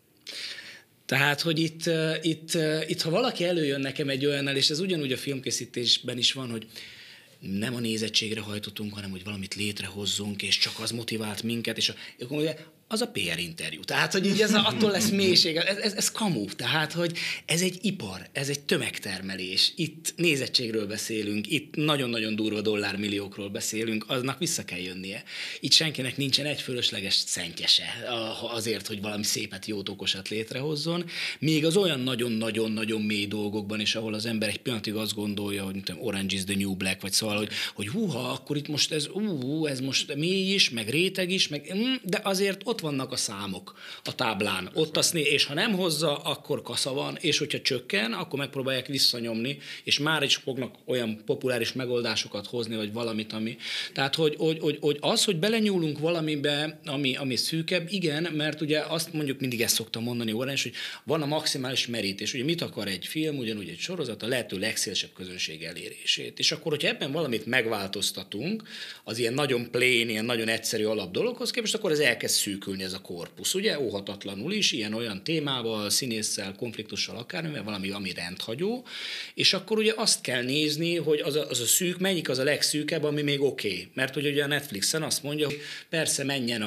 Tehát, hogy itt ha valaki előjön nekem egy olyannal, és ez ugyanúgy a filmkészítésben is van, hogy nem a nézettségre hajtottunk, hanem hogy valamit létrehozzunk, és csak az motivált minket, és az a PR interjú. Tehát, hogy így attól lesz mélység. Ez kamu. Tehát, hogy ez egy ipar, ez egy tömegtermelés. Itt nézettségről beszélünk, itt nagyon-nagyon durva dollármilliókról beszélünk, aznak vissza kell jönnie. Itt senkinek nincsen egy fölösleges centjese azért, hogy valami szépet, jót, okosat létrehozzon. Még az olyan nagyon-nagyon-nagyon mély dolgokban is, ahol az ember egy pillanatig azt gondolja, hogy Orange is the New Black, vagy szóval, hogy húha, akkor itt most ez most mély is, meg réteg is, de azért ott vannak a számok a táblán. Ott és ha nem hozza, akkor kasza van, és hogyha csökken, akkor megpróbálják visszanyomni, és már is fognak olyan populáris megoldásokat hozni, vagy valamit, ami... Tehát, hogy belenyúlunk valamibe, ami szűkebb, igen, mert ugye azt mondjuk, mindig ezt szoktam mondani Orange, hogy van a maximális merítés. Ugye mit akar egy film, ugyanúgy egy sorozat, a lehető legszélesebb közönség elérését. És akkor, hogyha ebben valamit megváltoztatunk, az ilyen nagyon plain, ilyen nagyon egyszerű alap dologhoz képest, akkor ez elkezd szűkülni, ez a korpusz, ugye, óhatatlanul is, ilyen-olyan témával, színésszel, konfliktussal akármivel, valami, ami rendhagyó, és akkor ugye azt kell nézni, hogy az a szűk, melyik az a legszűkebb, ami még oké. Mert ugye a Netflixen azt mondja, hogy persze menjen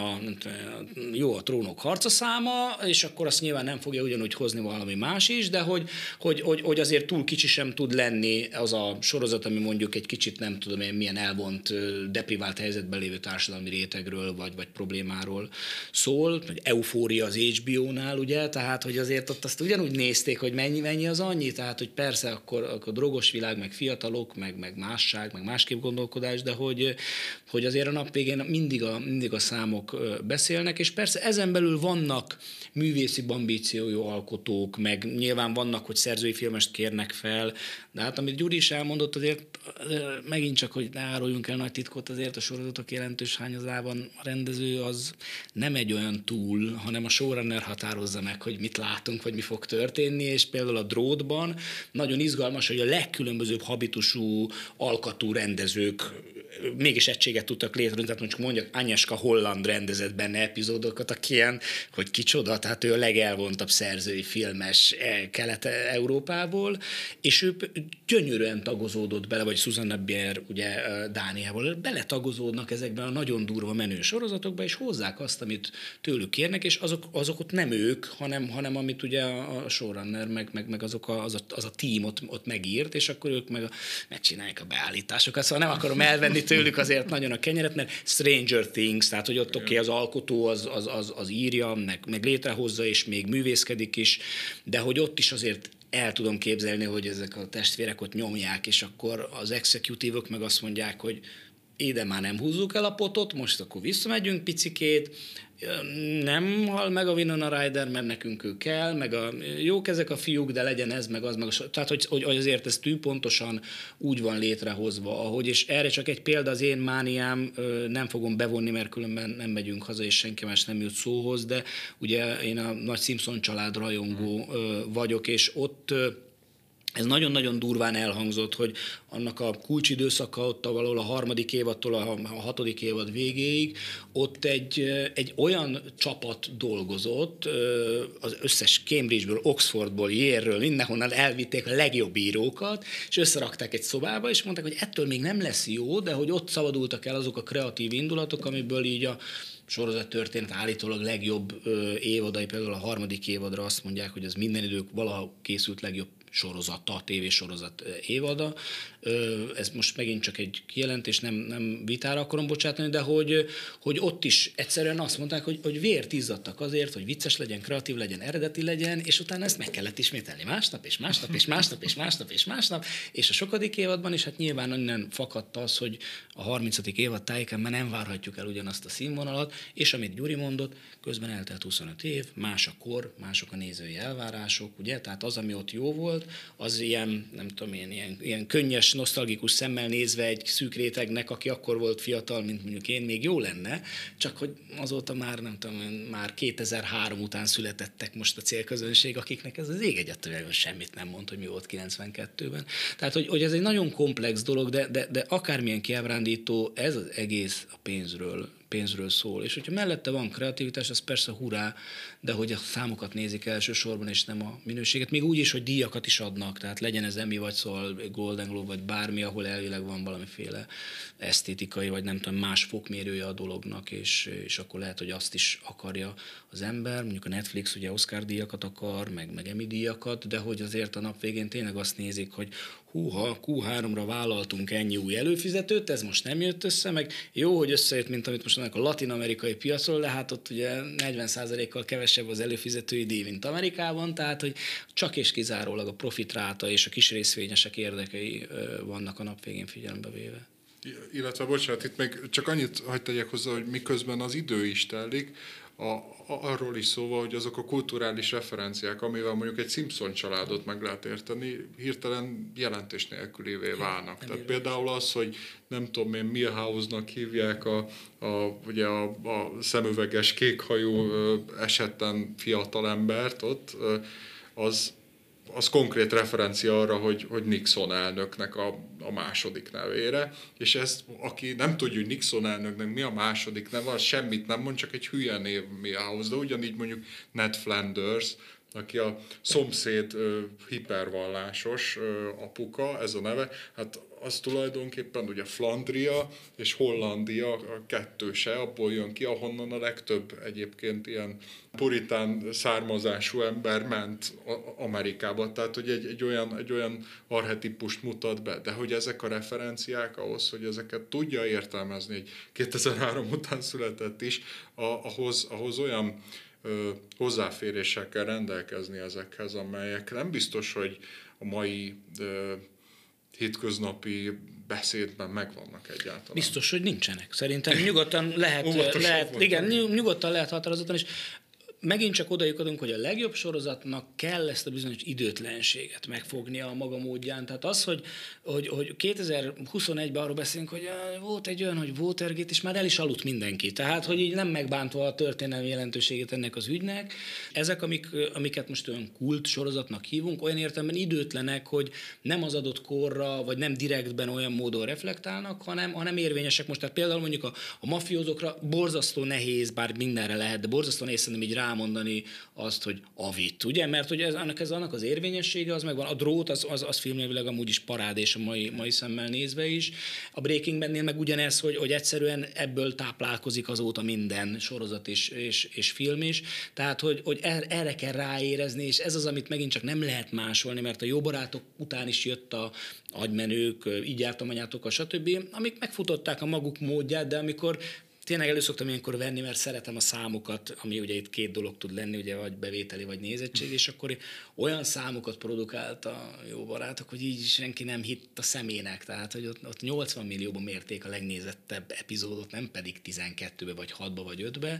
a Trónok harca száma, és akkor azt nyilván nem fogja ugyanúgy hozni valami más is, de hogy azért túl kicsi sem tud lenni az a sorozat, ami mondjuk egy kicsit nem tudom én milyen elvont, deprivált helyzetben lévő társadalmi rétegről, vagy problémáról szól, hogy eufória az HBO-nál, ugye, tehát, hogy azért ott azt ugyanúgy nézték, hogy mennyi az annyi, tehát, hogy persze akkor drogos világ, meg fiatalok, meg másság, meg másképp gondolkodás, de hogy azért a nap végén mindig a számok beszélnek, és persze ezen belül vannak művészi ambíciójú alkotók, meg nyilván vannak, hogy szerzői filmest kérnek fel, de hát amit Gyuri is elmondott, azért megint csak, hogy ne áruljunk el nagy titkot, azért a sorozatok jelentős hányazában a rendező az nem egy olyan túl, hanem a showrunner határozza meg, hogy mit látunk, vagy mi fog történni, és például a Drótban nagyon izgalmas, hogy a legkülönbözőbb habitusú, alkatú rendezők mégis egységet tudtak létrehozni, tehát mondjuk mondjak, Agnieszka Holland rendezett benne epizódokat, aki ilyen, hogy kicsoda, tehát ő a legelvontabb szerzői filmes Kelet-Európából, és ő gyönyörűen tagozódott bele, vagy Susanna Bier, ugye Dániából, beletagozódnak ezekben a nagyon durva menő sorozatokba, és hozzák azt, amit tőlük kérnek, és azok ott nem ők, hanem amit ugye a showrunner, meg az a tím ott megírt, és akkor ők megcsinálják a beállításokat. Szóval nem akarom elvenni tőlük azért nagyon a kenyeret, mert Stranger Things, tehát hogy ott oké, az alkotó az írja, meg létrehozza, és még művészkedik is, de hogy ott is azért el tudom képzelni, hogy ezek a testvérek ott nyomják, és akkor az executívok meg azt mondják, hogy ide már nem húzzuk el a potot, most akkor visszamegyünk picikét, nem hal meg a Winona Ryder, mert nekünk ő kell, meg jók ezek a fiúk, de legyen ez, meg az, tehát hogy azért ez tűpontosan úgy van létrehozva, ahogy, és erre csak egy példa, az én mániám, nem fogom bevonni, mert különben nem megyünk haza, és senki más nem jut szóhoz, de ugye én a nagy Simpson család rajongó vagyok, és ott ez nagyon-nagyon durván elhangzott, hogy annak a kulcsidőszaka ott valahol a 3. évadtól a 6. évad végéig, ott egy olyan csapat dolgozott, az összes Cambridge-ből, Oxfordból, Yale-ről, mindenhonnan elvitték a legjobb írókat, és összerakták egy szobába, és mondták, hogy ettől még nem lesz jó, de hogy ott szabadultak el azok a kreatív indulatok, amiből így a sorozattörténet állítólag legjobb évadai, például a 3. évadra azt mondják, hogy ez minden idők valaha készült legjobb sorozata, tévésorozat évada, ez most megint csak egy kijelentés, nem vitára akarom bocsátani, de hogy ott is egyszerűen azt mondták, hogy vért izzadtak azért, hogy vicces legyen, kreatív legyen, eredeti legyen, és utána ezt meg kellett ismételni másnap, és másnap, és másnap, és másnap, és másnap, és a sokadik évadban is hát nyilván innen fakadt az, hogy a 30. évad tájéken már nem várhatjuk el ugyanazt a színvonalat, és amit Gyuri mondott, közben eltelt 25 év, más a kor, mások a nézői elvárások, ugye, tehát az, ami ott jó volt, az ilyen, nem tudom én, ilyen könnyes, nosztalgikus szemmel nézve egy szűk rétegnek, aki akkor volt fiatal, mint mondjuk én, még jó lenne, csak hogy azóta már, nem tudom, már 2003 után születettek most a célközönség, akiknek ez az ég egyáltalán semmit nem mond, hogy mi volt 92-ben. Tehát, hogy ez egy nagyon komplex dolog, de akármilyen kiábrándító, ez az egész a pénzről szól. És hogyha mellette van kreativitás, az persze hurrá, de hogy a számokat nézik elsősorban, és nem a minőséget. Még úgy is, hogy díjakat is adnak, tehát legyen ez Emmy, vagy szóval Golden Globe, vagy bármi, ahol elvileg van valamiféle esztétikai, vagy nem tudom, más fokmérője a dolognak, és akkor lehet, hogy azt is akarja az ember. Mondjuk a Netflix ugye Oscar díjakat akar, meg Emmy díjakat, de hogy azért a nap végén tényleg azt nézik, hogy húha, Q3-ra vállaltunk ennyi új előfizetőt, ez most nem jött össze, meg jó, hogy összejött, mint amit most a latin-amerikai piacról, de hát ott ugye 40%-kal kevesebb az előfizetői díj, mint Amerikában, tehát hogy csak és kizárólag a profitráta és a kis részvényesek érdekei vannak a nap végén figyelembe véve. Illetve, bocsánat, itt még csak annyit hadd tegyek hozzá, hogy miközben az idő is telik, arról is szó van, hogy azok a kulturális referenciák, amivel mondjuk egy Simpson családot meg lehet érteni, hirtelen jelentés nélkülévé válnak. Tehát például az, hogy nem tudom én, Milhouse-nak hívják ugye a szemüveges kékhajú esetten fiatalembert ott, az konkrét referencia arra, hogy Nixon elnöknek a második nevére, és ezt, aki nem tudja, hogy Nixon elnöknek mi a második neve, az semmit nem mond, csak egy hülye név Milhouse, de ugyanígy mondjuk Ned Flanders, aki a szomszéd hipervallásos apuka, ez a neve, hát az tulajdonképpen ugye Flandria és Hollandia a kettőse, abból jön ki, ahonnan a legtöbb egyébként ilyen puritán származású ember ment Amerikába, tehát hogy egy olyan archetipust mutat be, de hogy ezek a referenciák ahhoz, hogy ezeket tudja értelmezni, egy 2003 után született is, ahhoz olyan hozzáféréssel kell rendelkezni ezekhez, amelyek nem biztos, hogy a mai hétköznapi beszédben megvannak egyáltalán. Biztos, hogy nincsenek. Szerintem nyugodtan nyugodtan lehet határozottan, és megint csak odajutunk, hogy a legjobb sorozatnak kell ezt a bizonyos időtlenséget megfognia a maga módján. Tehát az, hogy 2021-ben arról beszélünk, hogy volt egy olyan, hogy Watergate, és már el is aludt mindenki. Tehát, hogy így nem megbántva a történelmi jelentőségét ennek az ügynek. Ezek, amiket most olyan kult sorozatnak hívunk, olyan értelemben időtlenek, hogy nem az adott korra, vagy nem direktben olyan módon reflektálnak, hanem érvényesek most. Tehát például mondjuk a mafiózókra borzasztó nehéz, bár mindenre lehet, de borzasztó nehéz szerintem így rámondani azt, hogy avit, ugye? Mert hogy annak az érvényessége az megvan. A Drót az filmnévileg amúgy is parádés a mai szemmel nézve is. A Breaking Badnél meg ugyanez, hogy egyszerűen ebből táplálkozik azóta minden sorozat és film is. Tehát, hogy erre kell ráérezni, és ez az, amit megint csak nem lehet másolni, mert a Jó barátok után is jött a Agymenők, Így jártam anyátokkal, stb., amik megfutották a maguk módját, de amikor tényleg elő szoktam ilyenkor venni, mert szeretem a számokat, ami ugye itt két dolog tud lenni, ugye vagy bevételi, vagy nézettség, és akkor olyan számokat produkált a Jó barátok, hogy így senki nem hitt a szemének, tehát hogy ott 80 millióban mérték a legnézettebb epizódot, nem pedig 12-be, vagy 6-ba, vagy 5-be,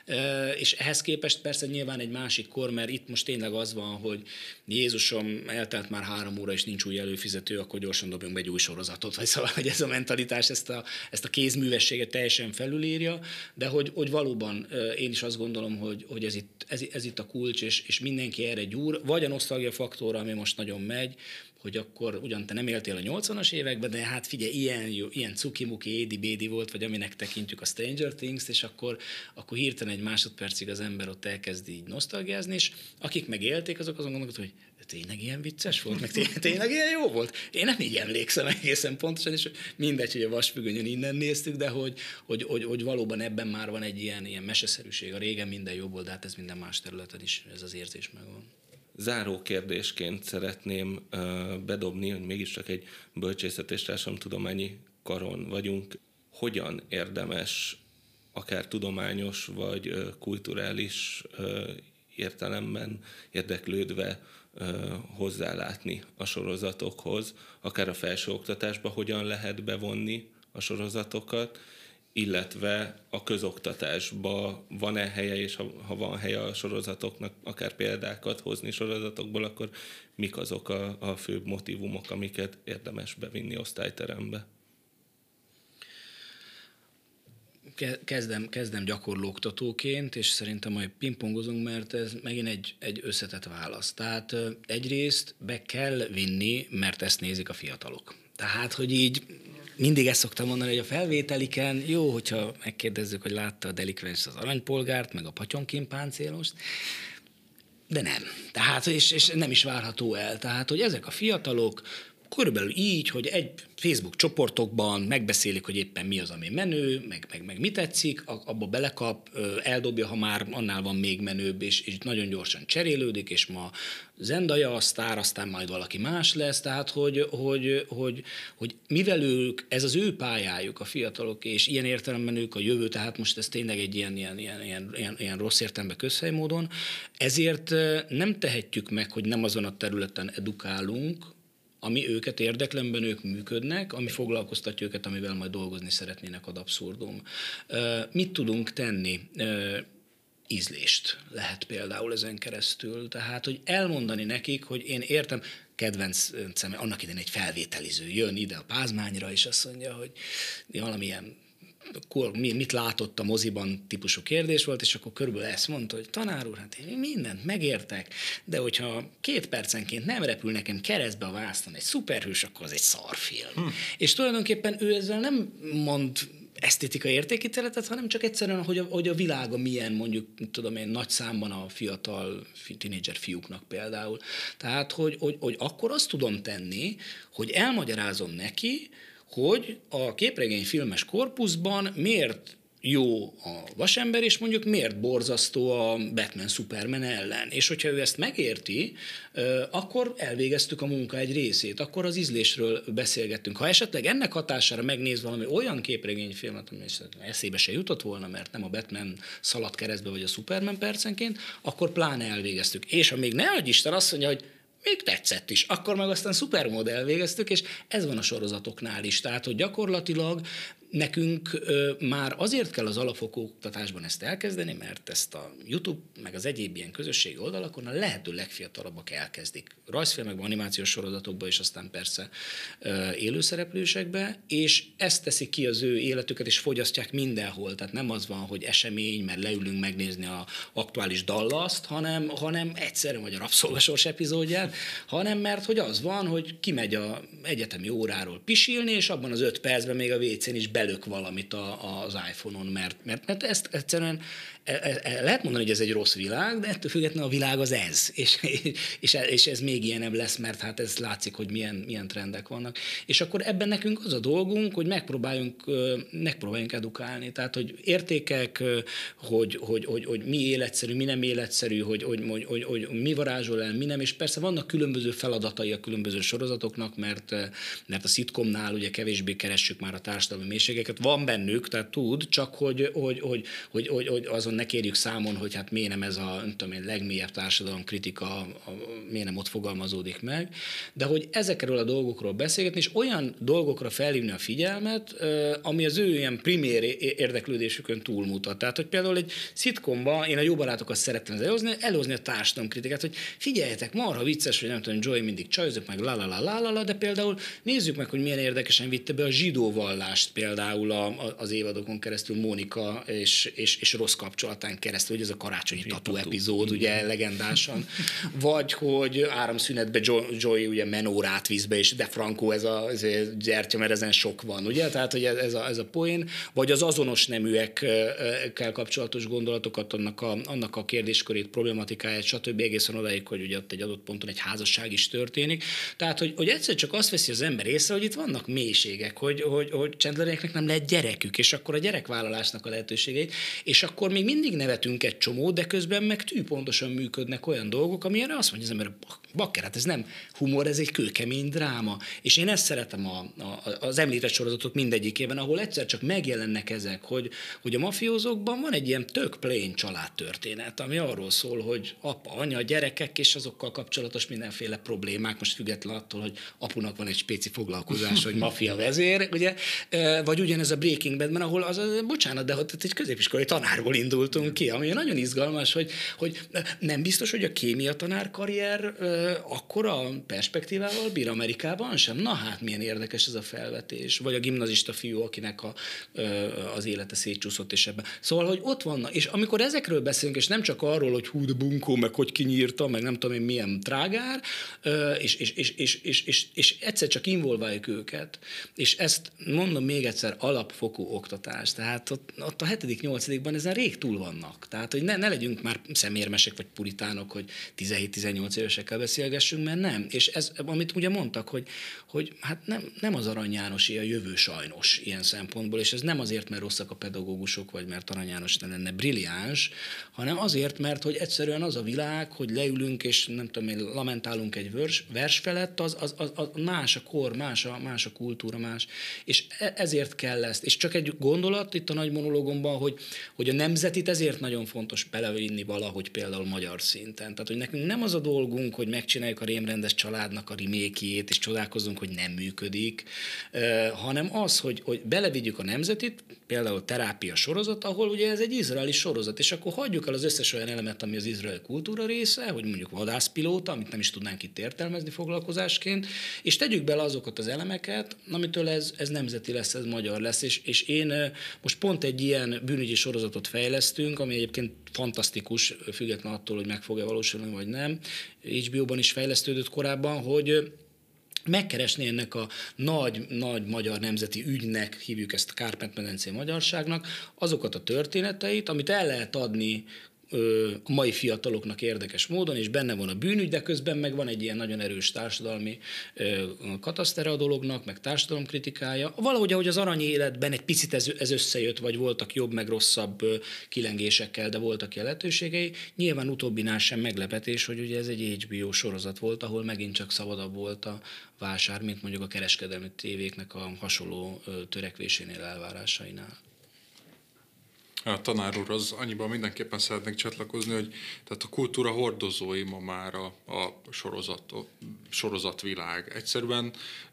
és ehhez képest persze nyilván egy másik kor, mert itt most tényleg az van, hogy Jézusom, eltelt már 3 óra, és nincs új előfizető, akkor gyorsan dobjunk be egy új sorozatot, vagy szóval, hogy ez a mentalitás ezt a kézművességet teljesen felülírja, de hogy valóban én is azt gondolom, hogy ez itt a kulcs, és mindenki erre gyúr, vagy a nosztalgia faktor, ami most nagyon megy, hogy akkor ugyan te nem éltél a 80-as években, de hát figyelj, ilyen cukimuki, édi-bédi volt, vagy aminek tekintjük a Stranger Things, és akkor hirtelen egy másodpercig az ember ott elkezd így nosztalgiázni, és akik megélték, azon gondolkodtak, hogy tényleg ilyen vicces volt, meg tényleg ilyen jó volt. Én nem így emlékszem egészen pontosan, és mindegy, hogy a Vasfüggönyön innen néztük, de hogy valóban ebben már van egy ilyen meseszerűség. A régen minden jobb volt, de hát ez minden más területen is, ez az érzés megvan. Záró kérdésként szeretném bedobni, hogy mégiscsak egy bölcsészet és társadalomtudományi karon vagyunk. Hogyan érdemes akár tudományos vagy kulturális értelemben érdeklődve hozzálátni a sorozatokhoz, akár a felsőoktatásba hogyan lehet bevonni a sorozatokat, illetve a közoktatásba van-e helye, és ha van helye a sorozatoknak, akár példákat hozni sorozatokból, akkor mik azok a főbb motívumok, amiket érdemes bevinni osztályterembe? Kezdem gyakorló oktatóként, és szerintem majd pingpongozunk, mert ez megint egy összetett válasz. Tehát egyrészt be kell vinni, mert ezt nézik a fiatalok. Tehát, hogy így mindig ezt szoktam mondani, hogy a felvételiken jó, hogyha megkérdezzük, hogy látta a delikvens az aranypolgárt, meg a Patyonkin páncélost, de nem. Tehát, és nem is várható el. Tehát, hogy ezek a fiatalok körülbelül így, hogy egy Facebook csoportokban megbeszélik, hogy éppen mi az, ami menő, meg mi tetszik, abba belekap, eldobja, ha már annál van még menőbb, és nagyon gyorsan cserélődik, és ma Zendaya a sztár, aztán majd valaki más lesz, tehát hogy mivel ők, ez az ő pályájuk, a fiatalok, és ilyen értelemben ők a jövő, tehát most ez tényleg egy ilyen rossz értelemben közhely módon, ezért nem tehetjük meg, hogy nem azon a területen edukálunk, ami őket érdeklemben ők működnek, ami foglalkoztatja őket, amivel majd dolgozni szeretnének ad abszurdum. Mit tudunk tenni? Ízlést lehet például ezen keresztül. Tehát, hogy elmondani nekik, hogy én értem, kedvencem, annak idején egy felvételiző jön ide a Pázmányra, és azt mondja, hogy valamilyen mit látott a moziban típusú kérdés volt, és akkor körülbelül ezt mondta, hogy tanár úr, hát én mindent megértek, de hogyha 2 percenként nem repül nekem keresztbe a vásznon egy szuperhős, akkor az egy szarfilm. És tulajdonképpen ő ezzel nem mond esztétikai értékítéletet, hanem csak egyszerűen, hogy a világa milyen, mondjuk, tudom én, nagy számban a fiatal tínédzser fiúknak például. Tehát, hogy akkor azt tudom tenni, hogy elmagyarázom neki, hogy a képregényfilmes korpuszban miért jó a Vasember, és mondjuk miért borzasztó a Batman-Superman ellen. És hogyha ő ezt megérti, akkor elvégeztük a munka egy részét, akkor az ízlésről beszélgettünk. Ha esetleg ennek hatására megnéz valami olyan képregényfilmet, ami eszébe se jutott volna, mert nem a Batman szaladt keresztbe, vagy a Superman percenként, akkor pláne elvégeztük. És ha még ne adj Isten azt mondja, hogy még tetszett is. Akkor meg aztán szupermód elvégeztük, és ez van a sorozatoknál is. Tehát, hogy gyakorlatilag nekünk már azért kell az alapfokú oktatásban ezt elkezdeni, mert ezt a YouTube, meg az egyéb ilyen közösségi oldalakon a lehető legfiatalabbak elkezdik. Rajzfilmekben, animációs sorozatokban, és aztán persze élőszereplősekbe, és ezt teszik ki az ő életüket, és fogyasztják mindenhol. Tehát nem az van, hogy esemény, mert leülünk megnézni az aktuális Dallaszt, hanem egyszerűen, vagy a Rabszolgasors epizódját, hanem mert hogy az van, hogy kimegy az egyetemi óráról pisilni, és abban az 5 percben még a WC-n is belök valamit az iPhone-on, mert ezt egyszerűen lehet mondani, hogy ez egy rossz világ, de ettől függetlenül a világ az ez, és ez még ilyenebb lesz, mert hát ez látszik, hogy milyen trendek vannak. És akkor ebben nekünk az a dolgunk, hogy megpróbáljunk edukálni, tehát hogy értékek, hogy mi életszerű, mi nem életszerű, hogy mi varázsol el, mi nem, és persze vannak különböző feladatai a különböző sorozatoknak, mert a szitkomnál ugye kevésbé keressük már a társadalmi mélységeket, van bennük, tehát tud, csak hogy azon ne kérjük számon, hogy hát miért nem ez a legmélyebb társadalomkritika, miért nem ott fogalmazódik meg, de hogy ezekről a dolgokról beszélgetni, és olyan dolgokra felhívni a figyelmet, ami az ő ilyen primér érdeklődésükön túlmutat. Tehát, hogy például egy szitkomban én a Jó barátokat szerettem előhozni a társadalomkritikát, hogy figyeljetek, marha vicces, hogy nem tudom, Joey mindig csajozik, meg la, de például nézzük meg, hogy milyen érdekesen vitte be a zsidó vallást például az évadokon keresztül Mónika és rossz kapcsolatán keresztül, hogy ez a karácsonyi tatú epizód, ugye legendásan, vagy hogy áramszünetben Joey ugye menórát visz be, és de Franco ez a gyertya, mert ezen sok van, ugye? Tehát, hogy ez a poén, vagy az azonos neműekkel kapcsolatos gondolatokat, annak a kérdéskörét, problematikáját, stb. Egészen odáig, hogy ugye ott egy adott ponton egy házasság is történik. Tehát, hogy egyszer csak azt veszi az ember észre, hogy itt vannak mélységek, hogy Chandlernek embereknek nem lehet gyerekük, és akkor a gyerekvállalásnak a lehetőségeit, és akkor még mindig nevetünk egy csomó, de közben meg tűpontosan működnek olyan dolgok, amilyenre azt mondja az ember, bakker, hát ez nem humor, ez egy kőkemény dráma. És én ezt szeretem az említett sorozatok mindegyikében, ahol egyszer csak megjelennek ezek, hogy a mafiózókban van egy ilyen tök plain családtörténet, ami arról szól, hogy apa, anya, gyerekek, és azokkal kapcsolatos mindenféle problémák, most független attól, hogy apunak van egy spéci foglalkozás, hogy maffia vezér, ugye, vagy ugyanez a Breaking Badben, ahol bocsánat, de egy középiskolai tanárból indultunk ki, ami nagyon izgalmas, hogy nem biztos, hogy a kémia tanár karrier akkora perspektívával bír Amerikában sem. Na hát, milyen érdekes ez a felvetés. Vagy a gimnazista fiú, akinek az élete szétcsúszott, és ebben. Szóval, hogy ott vannak, és amikor ezekről beszélünk, és nem csak arról, hogy hú, de bunkó, meg hogy kinyírta, meg nem tudom én milyen trágár, és egyszer csak involváljuk őket, és ezt mondom még egyszer, alapfokú oktatás. Tehát ott a 7.-8. ezen rég túl vannak. Tehát, hogy ne legyünk már szemérmesek vagy puritánok, hogy 17-18 évesekkel beszélgessünk, mert nem. És ez, amit ugye mondtak, hogy hát nem az Arany Jánosi a jövő sajnos ilyen szempontból, és ez nem azért, mert rosszak a pedagógusok, vagy mert Arany János nem lenne brilliáns, hanem azért, mert hogy egyszerűen az a világ, hogy leülünk, és nem tudom én, lamentálunk egy vers felett, az más a kor, más a kultúra, más. És ezért kell ezt. És csak egy gondolat itt a nagy monológomban, hogy a nemzetit ezért nagyon fontos belevinni valahogy például magyar szinten. Tehát, hogy nekünk nem az a dolgunk, hogy megcsináljuk a Rémrendes családnak a remékjét, és csodálkozunk, hogy nem működik, hanem az, hogy belevigyük a nemzetit, például Terápia sorozat, ahol ugye ez egy izraeli sorozat, és akkor hagyjuk el az összes olyan elemet, ami az izraeli kultúra része, hogy mondjuk vadászpilóta, amit nem is tudnánk itt értelmezni foglalkozásként, és tegyük bele azokat az elemeket, amitől ez nemzeti lesz, ez magyar lesz, és én most pont egy ilyen bűnügyi sorozatot fejlesztünk, ami egyébként fantasztikus, független attól, hogy meg fog-e valósulni, vagy nem. HBO-ban is fejlesztődött korábban, hogy megkeresni ennek a nagy magyar nemzeti ügynek, hívjuk ezt a Kárpát-medencei magyarságnak, azokat a történeteit, amit el lehet adni a mai fiataloknak érdekes módon, és benne van a bűnügy, de közben meg van egy ilyen nagyon erős társadalmi katasztere a dolognak, meg társadalomkritikája. Valahogy, ahogy az Arany életben egy picit ez összejött, vagy voltak jobb, meg rosszabb kilengésekkel, de voltak ilyen lehetőségei. Nyilván utóbbinál sem meglepetés, hogy ugye ez egy HBO sorozat volt, ahol megint csak szabadabb volt a vásár, mint mondjuk a kereskedelmi tévéknek a hasonló törekvésénél, elvárásainál. A tanár úr, az annyiban mindenképpen szeretnék csatlakozni, hogy tehát a kultúra hordozói ma már a sorozatvilág. Egyszerűen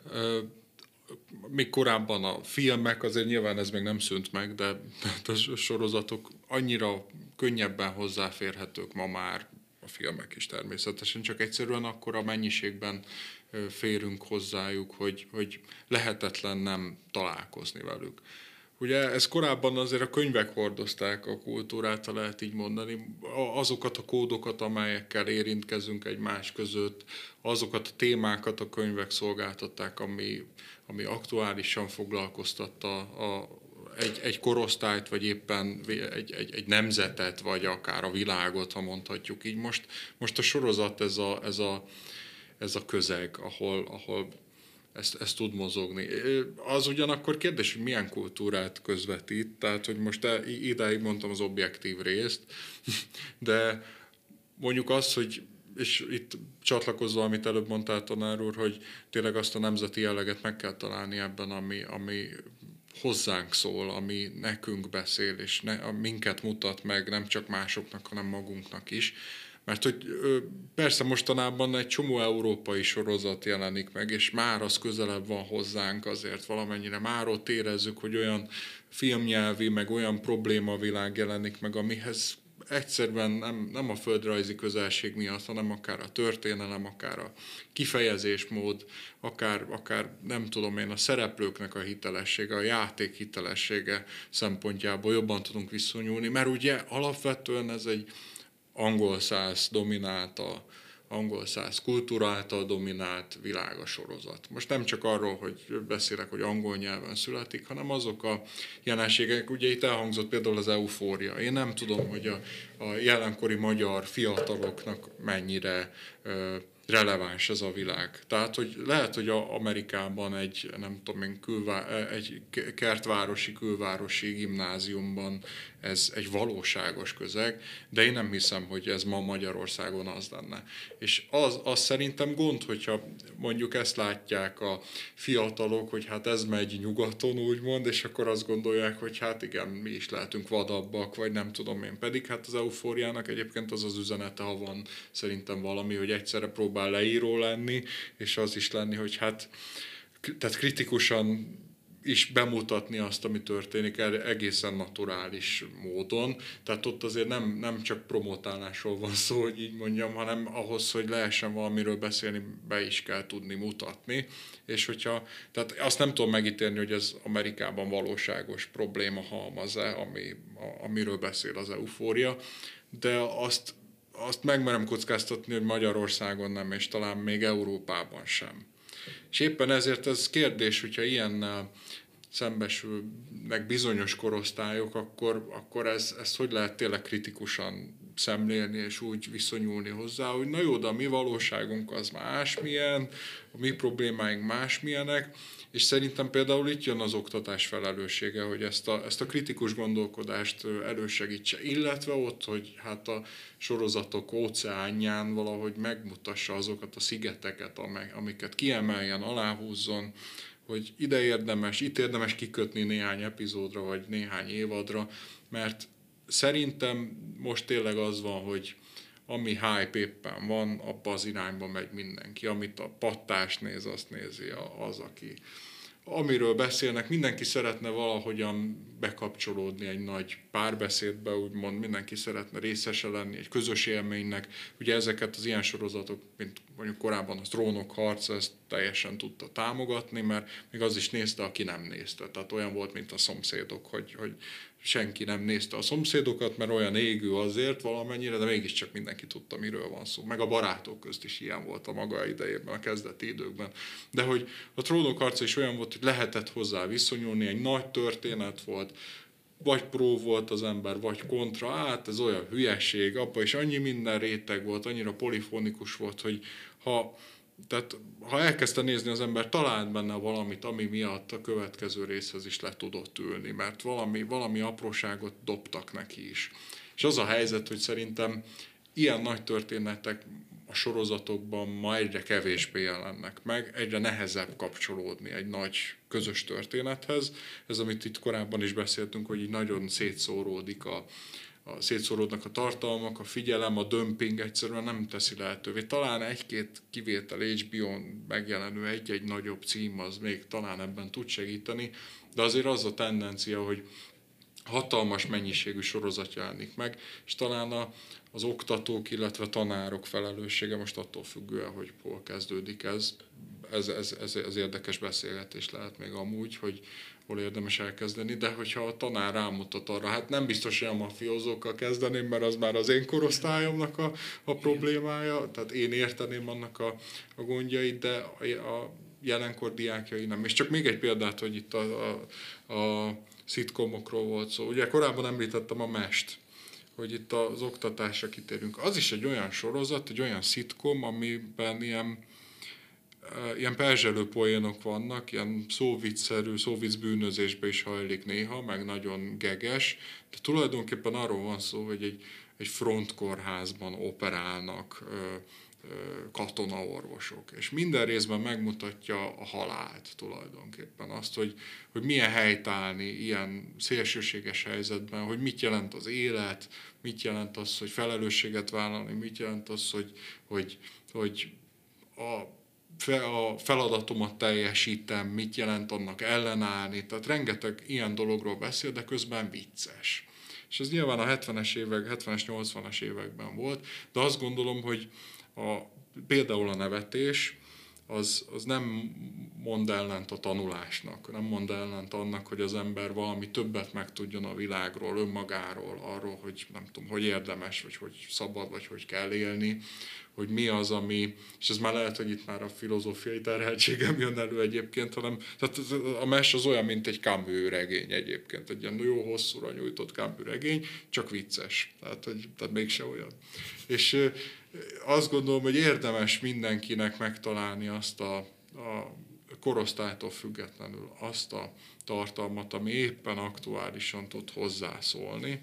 még korábban a filmek, azért nyilván ez még nem szűnt meg, de a sorozatok annyira könnyebben hozzáférhetők ma már, a filmek is természetesen, csak egyszerűen akkor a mennyiségben férünk hozzájuk, hogy lehetetlen nem találkozni velük. Ugye ez korábban azért a könyvek hordozták a kultúrát, ha lehet így mondani, azokat a kódokat, amelyekkel érintkezünk egymás között, azokat a témákat a könyvek szolgáltatták, ami aktuálisan foglalkoztatta egy korosztályt, vagy éppen egy nemzetet, vagy akár a világot, ha mondhatjuk így. Most a sorozat ez a közeg, ahol ezt tud mozogni. Az ugyanakkor kérdés, hogy milyen kultúrát közvetít, tehát hogy most idáig mondtam az objektív részt, de mondjuk az, hogy, és itt csatlakozva, amit előbb mondtál, tanár úr, hogy tényleg azt a nemzeti jelleget meg kell találni ebben, ami hozzánk szól, ami nekünk beszél, és minket mutat meg, nem csak másoknak, hanem magunknak is. Mert hogy persze mostanában egy csomó európai sorozat jelenik meg, és már az közelebb van hozzánk azért valamennyire. Már ott érezzük, hogy olyan filmnyelvi, meg olyan problémavilág jelenik meg, amihez egyszerűen nem a földrajzi közelség miatt, hanem akár a történelem, akár a kifejezésmód, akár nem tudom én, a szereplőknek a hitelessége, a játék hitelessége szempontjából jobban tudunk viszonyulni, mert ugye alapvetően ez egy angol száz dominálta, angol száz kultúra által dominált világ a sorozat. Most nem csak arról, hogy beszélek, hogy angol nyelven születik, hanem azok a jelenségek, ugye itt elhangzott például az eufória. Én nem tudom, hogy a jelenkori magyar fiataloknak mennyire releváns ez a világ. Tehát, hogy lehet, hogy Amerikában egy, nem tudom én, egy kertvárosi, külvárosi gimnáziumban ez egy valóságos közeg, de én nem hiszem, hogy ez ma Magyarországon az lenne. És az szerintem gond, hogyha mondjuk ezt látják a fiatalok, hogy hát ez megy nyugaton, úgymond, és akkor azt gondolják, hogy hát igen, mi is lehetünk vadabbak, vagy nem tudom én. Pedig hát az eufóriának egyébként az üzenete, ha van szerintem valami, hogy egyszerre próbál leíró lenni, és az is lenni, hogy hát tehát kritikusan is bemutatni azt, ami történik egészen naturális módon. Tehát ott azért nem csak promotálásról van szó, hogy így mondjam, hanem ahhoz, hogy lehessen valamiről beszélni, be is kell tudni mutatni. És tehát azt nem tudom megítélni, hogy ez Amerikában valóságos probléma halmaz-e, amiről beszél az eufória, de azt megmerem kockáztatni, hogy Magyarországon nem, és talán még Európában sem. És éppen ezért ez kérdés, hogyha ilyennel szembesülnek bizonyos korosztályok, akkor ezt hogy lehet tényleg kritikusan szemlélni, és úgy viszonyulni hozzá, hogy na jó, de a mi valóságunk az másmilyen, a mi problémáink másmilyenek, és szerintem például itt jön az oktatás felelőssége, hogy ezt a kritikus gondolkodást elősegítse, illetve ott, hogy hát a sorozatok óceánján valahogy megmutassa azokat a szigeteket, amiket kiemeljen, aláhúzzon, hogy itt érdemes kikötni néhány epizódra, vagy néhány évadra, mert szerintem most tényleg az van, hogy ami hype éppen van, abba az irányba megy mindenki. Amit a pattás néz, azt nézi az, aki... Amiről beszélnek, mindenki szeretne valahogyan bekapcsolódni egy nagy párbeszédbe, úgymond mindenki szeretne részese lenni egy közös élménynek. Ugye ezeket az ilyen sorozatok, mint mondjuk korábban a Trónok harca, ezt teljesen tudta támogatni, mert még az is nézte, aki nem nézte. Tehát olyan volt, mint a Szomszédok, hogy senki nem nézte a Szomszédokat, mert olyan égő azért valamennyire, de mégiscsak mindenki tudta, miről van szó. Meg a Barátok közt is ilyen volt a maga idejében, a kezdeti időkben. De hogy a Trónok harca is olyan volt, hogy lehetett hozzá viszonyulni, egy nagy történet volt, vagy pró volt az ember, vagy kontra, hát ez olyan hülyeség, abban is annyi minden réteg volt, annyira polifonikus volt, hogy ha elkezdte nézni az ember, talált benne valamit, ami miatt a következő részhez is le tudott ülni, mert valami apróságot dobtak neki is. És az a helyzet, hogy szerintem ilyen nagy történetek a sorozatokban ma egyre kevésbé jelennek meg, egyre nehezebb kapcsolódni egy nagy közös történethez. Ez, amit itt korábban is beszéltünk, hogy így nagyon szétszóródnak a tartalmak, a figyelem, a dömping egyszerűen nem teszi lehetővé. Talán egy-két kivétel HBO-n megjelenő egy-egy nagyobb cím az még talán ebben tud segíteni, de azért az a tendencia, hogy hatalmas mennyiségű sorozat jelenik meg, és talán az oktatók, illetve tanárok felelőssége most attól függően, hogy hol kezdődik ez. Ez érdekes beszélgetés lehet még amúgy, hogy hol érdemes elkezdeni, de hogyha a tanár rámutat arra, hát nem biztos, hogy a mafiózókkal kezdeném, mert az már az én korosztályomnak a problémája, tehát én érteném annak a gondjait, de a jelenkor diákjai nem. És csak még egy példát, hogy itt a szitkomokról volt szó. Ugye korábban említettem a Mest, hogy itt az oktatásra kitérünk. Az is egy olyan sorozat, egy olyan szitkom, amiben ilyen perzselő poénok vannak, ilyen szóviccszerű, szóvicc bűnözésbe is hajlik néha, meg nagyon geges, de tulajdonképpen arról van szó, hogy egy frontkórházban operálnak katonaorvosok, és minden részben megmutatja a halált tulajdonképpen, azt, hogy milyen helytállni ilyen szélsőséges helyzetben, hogy mit jelent az élet, mit jelent az, hogy felelősséget vállalni, mit jelent az, hogy a feladatomat teljesítem, mit jelent annak ellenállni, tehát rengeteg ilyen dologról beszél, de közben vicces. És ez nyilván a 70-es, 80-as években volt, de azt gondolom, hogy például a nevetés, az nem mond ellent a tanulásnak, nem mond ellent annak, hogy az ember valami többet megtudjon a világról, önmagáról, arról, hogy nem tudom, hogy érdemes, vagy hogy szabad, vagy hogy kell élni, hogy mi az, ami, és ez már lehet, hogy itt már a filozófiai terheltségem jön elő egyébként, hanem tehát a mese az olyan, mint egy Camus regény egyébként, egy ilyen jó hosszúra nyújtott Camus regény, csak vicces, tehát mégse olyan. És azt gondolom, hogy érdemes mindenkinek megtalálni azt a korosztálytól függetlenül azt a tartalmat, ami éppen aktuálisan tud hozzászólni,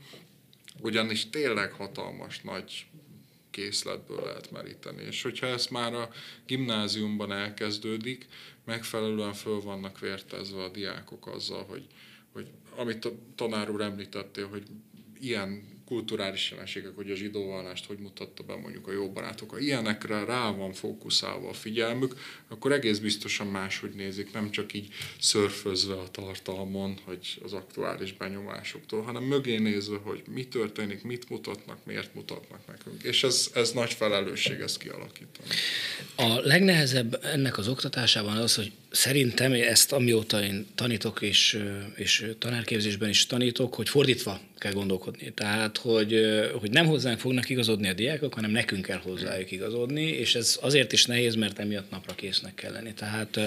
ugyanis tényleg hatalmas nagy készletből lehet meríteni. És hogyha ez már a gimnáziumban elkezdődik, megfelelően föl vannak vértezve a diákok azzal, hogy amit a tanár úr említettél, hogy ilyen kulturális jelenségek, hogy a zsidóvallást hogy mutatta be mondjuk a jó barátok, ha ilyenekre rá van fókuszálva a figyelmük, akkor egész biztosan máshogy nézik, nem csak így szörfözve a tartalmon, hogy az aktuális benyomásoktól, hanem mögé nézve, hogy mi történik, mit mutatnak, miért mutatnak nekünk. És ez nagy felelősség ezt kialakítani. A legnehezebb ennek az oktatásában az, hogy szerintem ezt amióta én tanítok és tanárképzésben is tanítok, hogy fordítva kell gondolkodni. Tehát, hogy nem hozzánk fognak igazodni a diákok, hanem nekünk kell hozzájuk igazodni, és ez azért is nehéz, mert emiatt napra késznek kell lenni. Tehát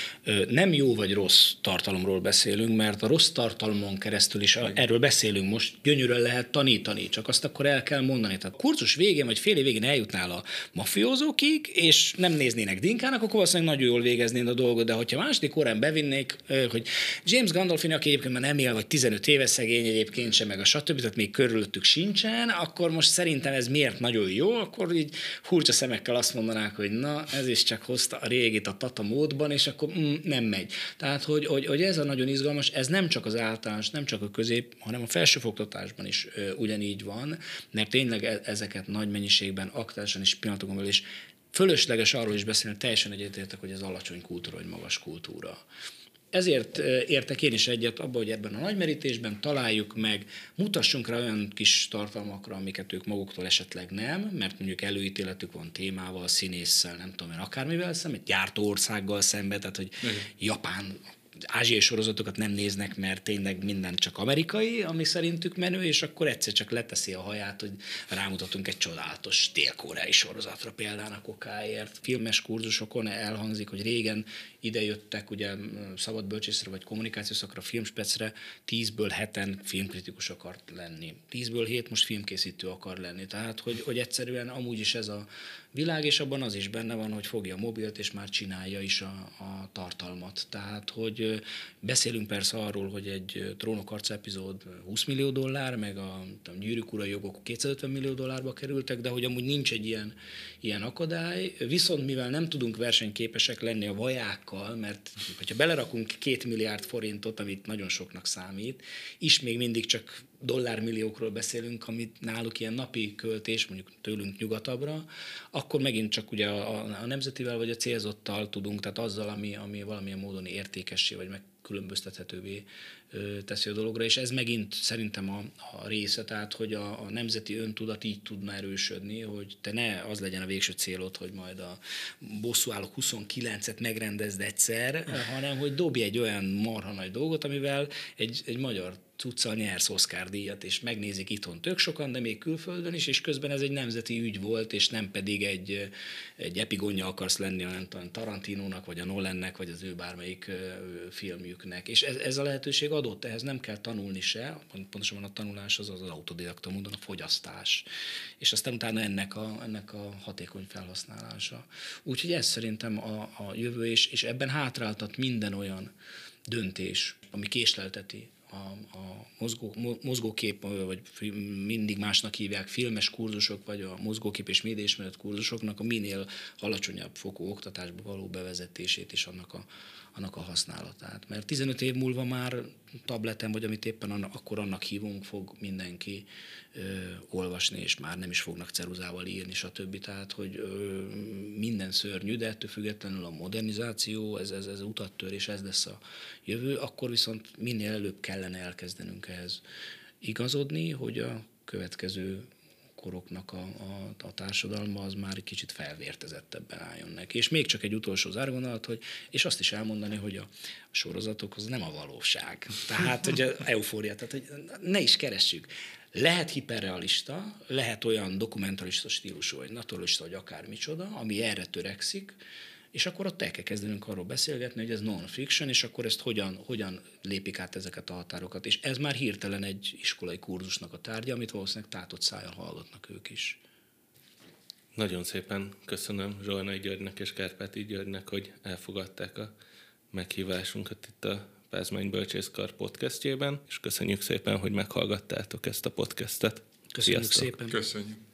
nem jó vagy rossz tartalomról beszélünk, mert a rossz tartalmon keresztül is erről beszélünk most, gyönyörűen lehet tanítani, csak azt akkor el kell mondani. Tehát kurzus végén vagy fél év végén eljutnál a mafiózókig, és nem néznének Dinkának, akkor valószínűleg nagyon jól végeznéd a dolgot, de hogyha második órán bevinnék, hogy James Gandolfini, aki egyébként már nem él, vagy 15 éves szegény egyébként sem, meg a stb., tehát még körülöttük sincsen, akkor most szerintem ez miért nagyon jó, akkor így furcsa szemekkel azt mondanák, hogy na, ez is csak hozta a régit a tata módban, és akkor nem megy. Tehát, hogy ez a nagyon izgalmas, ez nem csak az általános, nem csak a közép, hanem a felsőoktatásban is ugyanígy van, mert tényleg ezeket nagy mennyiségben, aktuálisan is pillanatokon belül is fölösleges arról is beszélni, teljesen egyetértek, hogy ez alacsony kultúra, vagy magas kultúra. Ezért értek én is egyet abba, hogy ebben a nagymerítésben találjuk meg, mutassunk rá olyan kis tartalmakra, amiket ők maguktól esetleg nem, mert mondjuk előítéletük van témával, színésszel, nem tudom én, akármivel szemben, egy gyártó országgal szemben, tehát hogy Japán, ázsiai sorozatokat nem néznek, mert tényleg minden csak amerikai, ami szerintük menő, és akkor egyszer csak leteszi a haját, hogy rámutatunk egy csodálatos dél-koreai sorozatra például a kokáért. Filmes kurzusokon elhangzik, hogy régen idejöttek ugye szabad bölcsészre vagy kommunikációszakra, filmspecre, 10-ből 7-en filmkritikus akart lenni. 10-ből 7 most filmkészítő akar lenni. Tehát, hogy egyszerűen amúgy is ez a világ, és abban az is benne van, hogy fogja a mobilt, és már csinálja is a tartalmat. Tehát, hogy beszélünk persze arról, hogy egy Trónok arca epizód $20 millió, meg a Gyűrűk ura jogok $250 millió kerültek, de hogy amúgy nincs egy ilyen akadály. Viszont mivel nem tudunk versenyképesek lenni a vajákkal, mert hogyha belerakunk 2 milliárd forintot, amit nagyon soknak számít, is még mindig csak dollármilliókról beszélünk, amit náluk ilyen napi költés, mondjuk tőlünk nyugatabbra, akkor megint csak ugye a nemzetivel vagy a célzottal tudunk, tehát azzal, ami valamilyen módon értékessé vagy megkülönböztethetővé teszi a dologra, és ez megint szerintem a része, tehát hogy a nemzeti öntudat így tudna erősödni, hogy te ne az legyen a végső célod, hogy majd a Bosszúállók 29-et megrendezd egyszer, hanem hogy dobj egy olyan marha nagy dolgot, amivel egy magyar cuccal nyersz Oscar-díjat, és megnézik itthon tök sokan, de még külföldön is, és közben ez egy nemzeti ügy volt, és nem pedig egy epigonja akarsz lenni a Tarantinónak, vagy a Nolannek, vagy az ő bármelyik filmjüknek. És ez a lehetőség adott, ehhez nem kell tanulni se, pontosabban a tanulás az autodidakta módon a fogyasztás. És aztán utána ennek a hatékony felhasználása. Úgyhogy ez szerintem a jövő, és ebben hátráltat minden olyan döntés, ami késlelteti a mozgókép, vagy mindig másnak hívják, filmes kurzusok, vagy a mozgókép és médiaismeret kurzusoknak a minél alacsonyabb fokú oktatásba való bevezetését és annak a használatát. Mert 15 év múlva már tableten, vagy amit éppen akkor annak hívunk, fog mindenki olvasni, és már nem is fognak ceruzával írni, stb. Tehát, hogy minden szörnyű, de ettől függetlenül a modernizáció, ez utat tör, és ez lesz a jövő, akkor viszont minél előbb kellene elkezdenünk ehhez igazodni, hogy a következő koroknak a társadalma az már egy kicsit felvértezettebben álljon neki. És még csak egy utolsó zárgondolat, és azt is elmondani, hogy a sorozatok az nem a valóság. Tehát, hogy az eufória, tehát hogy ne is keressük. Lehet hiperrealista, lehet olyan dokumentarista stílusú, vagy naturalista, vagy akármicsoda, ami erre törekszik, és akkor ott el kell kezdenünk arról beszélgetni, hogy ez non-fiction, és akkor ezt hogyan lépik át ezeket a határokat. És ez már hirtelen egy iskolai kurzusnak a tárgya, amit valószínűleg tátott szájjal hallgatnak ők is. Nagyon szépen köszönöm Zsolnai Györgynek és Kárpáti Györgynek, hogy elfogadták a meghívásunkat itt a Pázmány Bölcsészkar podcastjében, és köszönjük szépen, hogy meghallgattátok ezt a podcastet. Köszönjük Sziasztok! szépen! Köszönjük!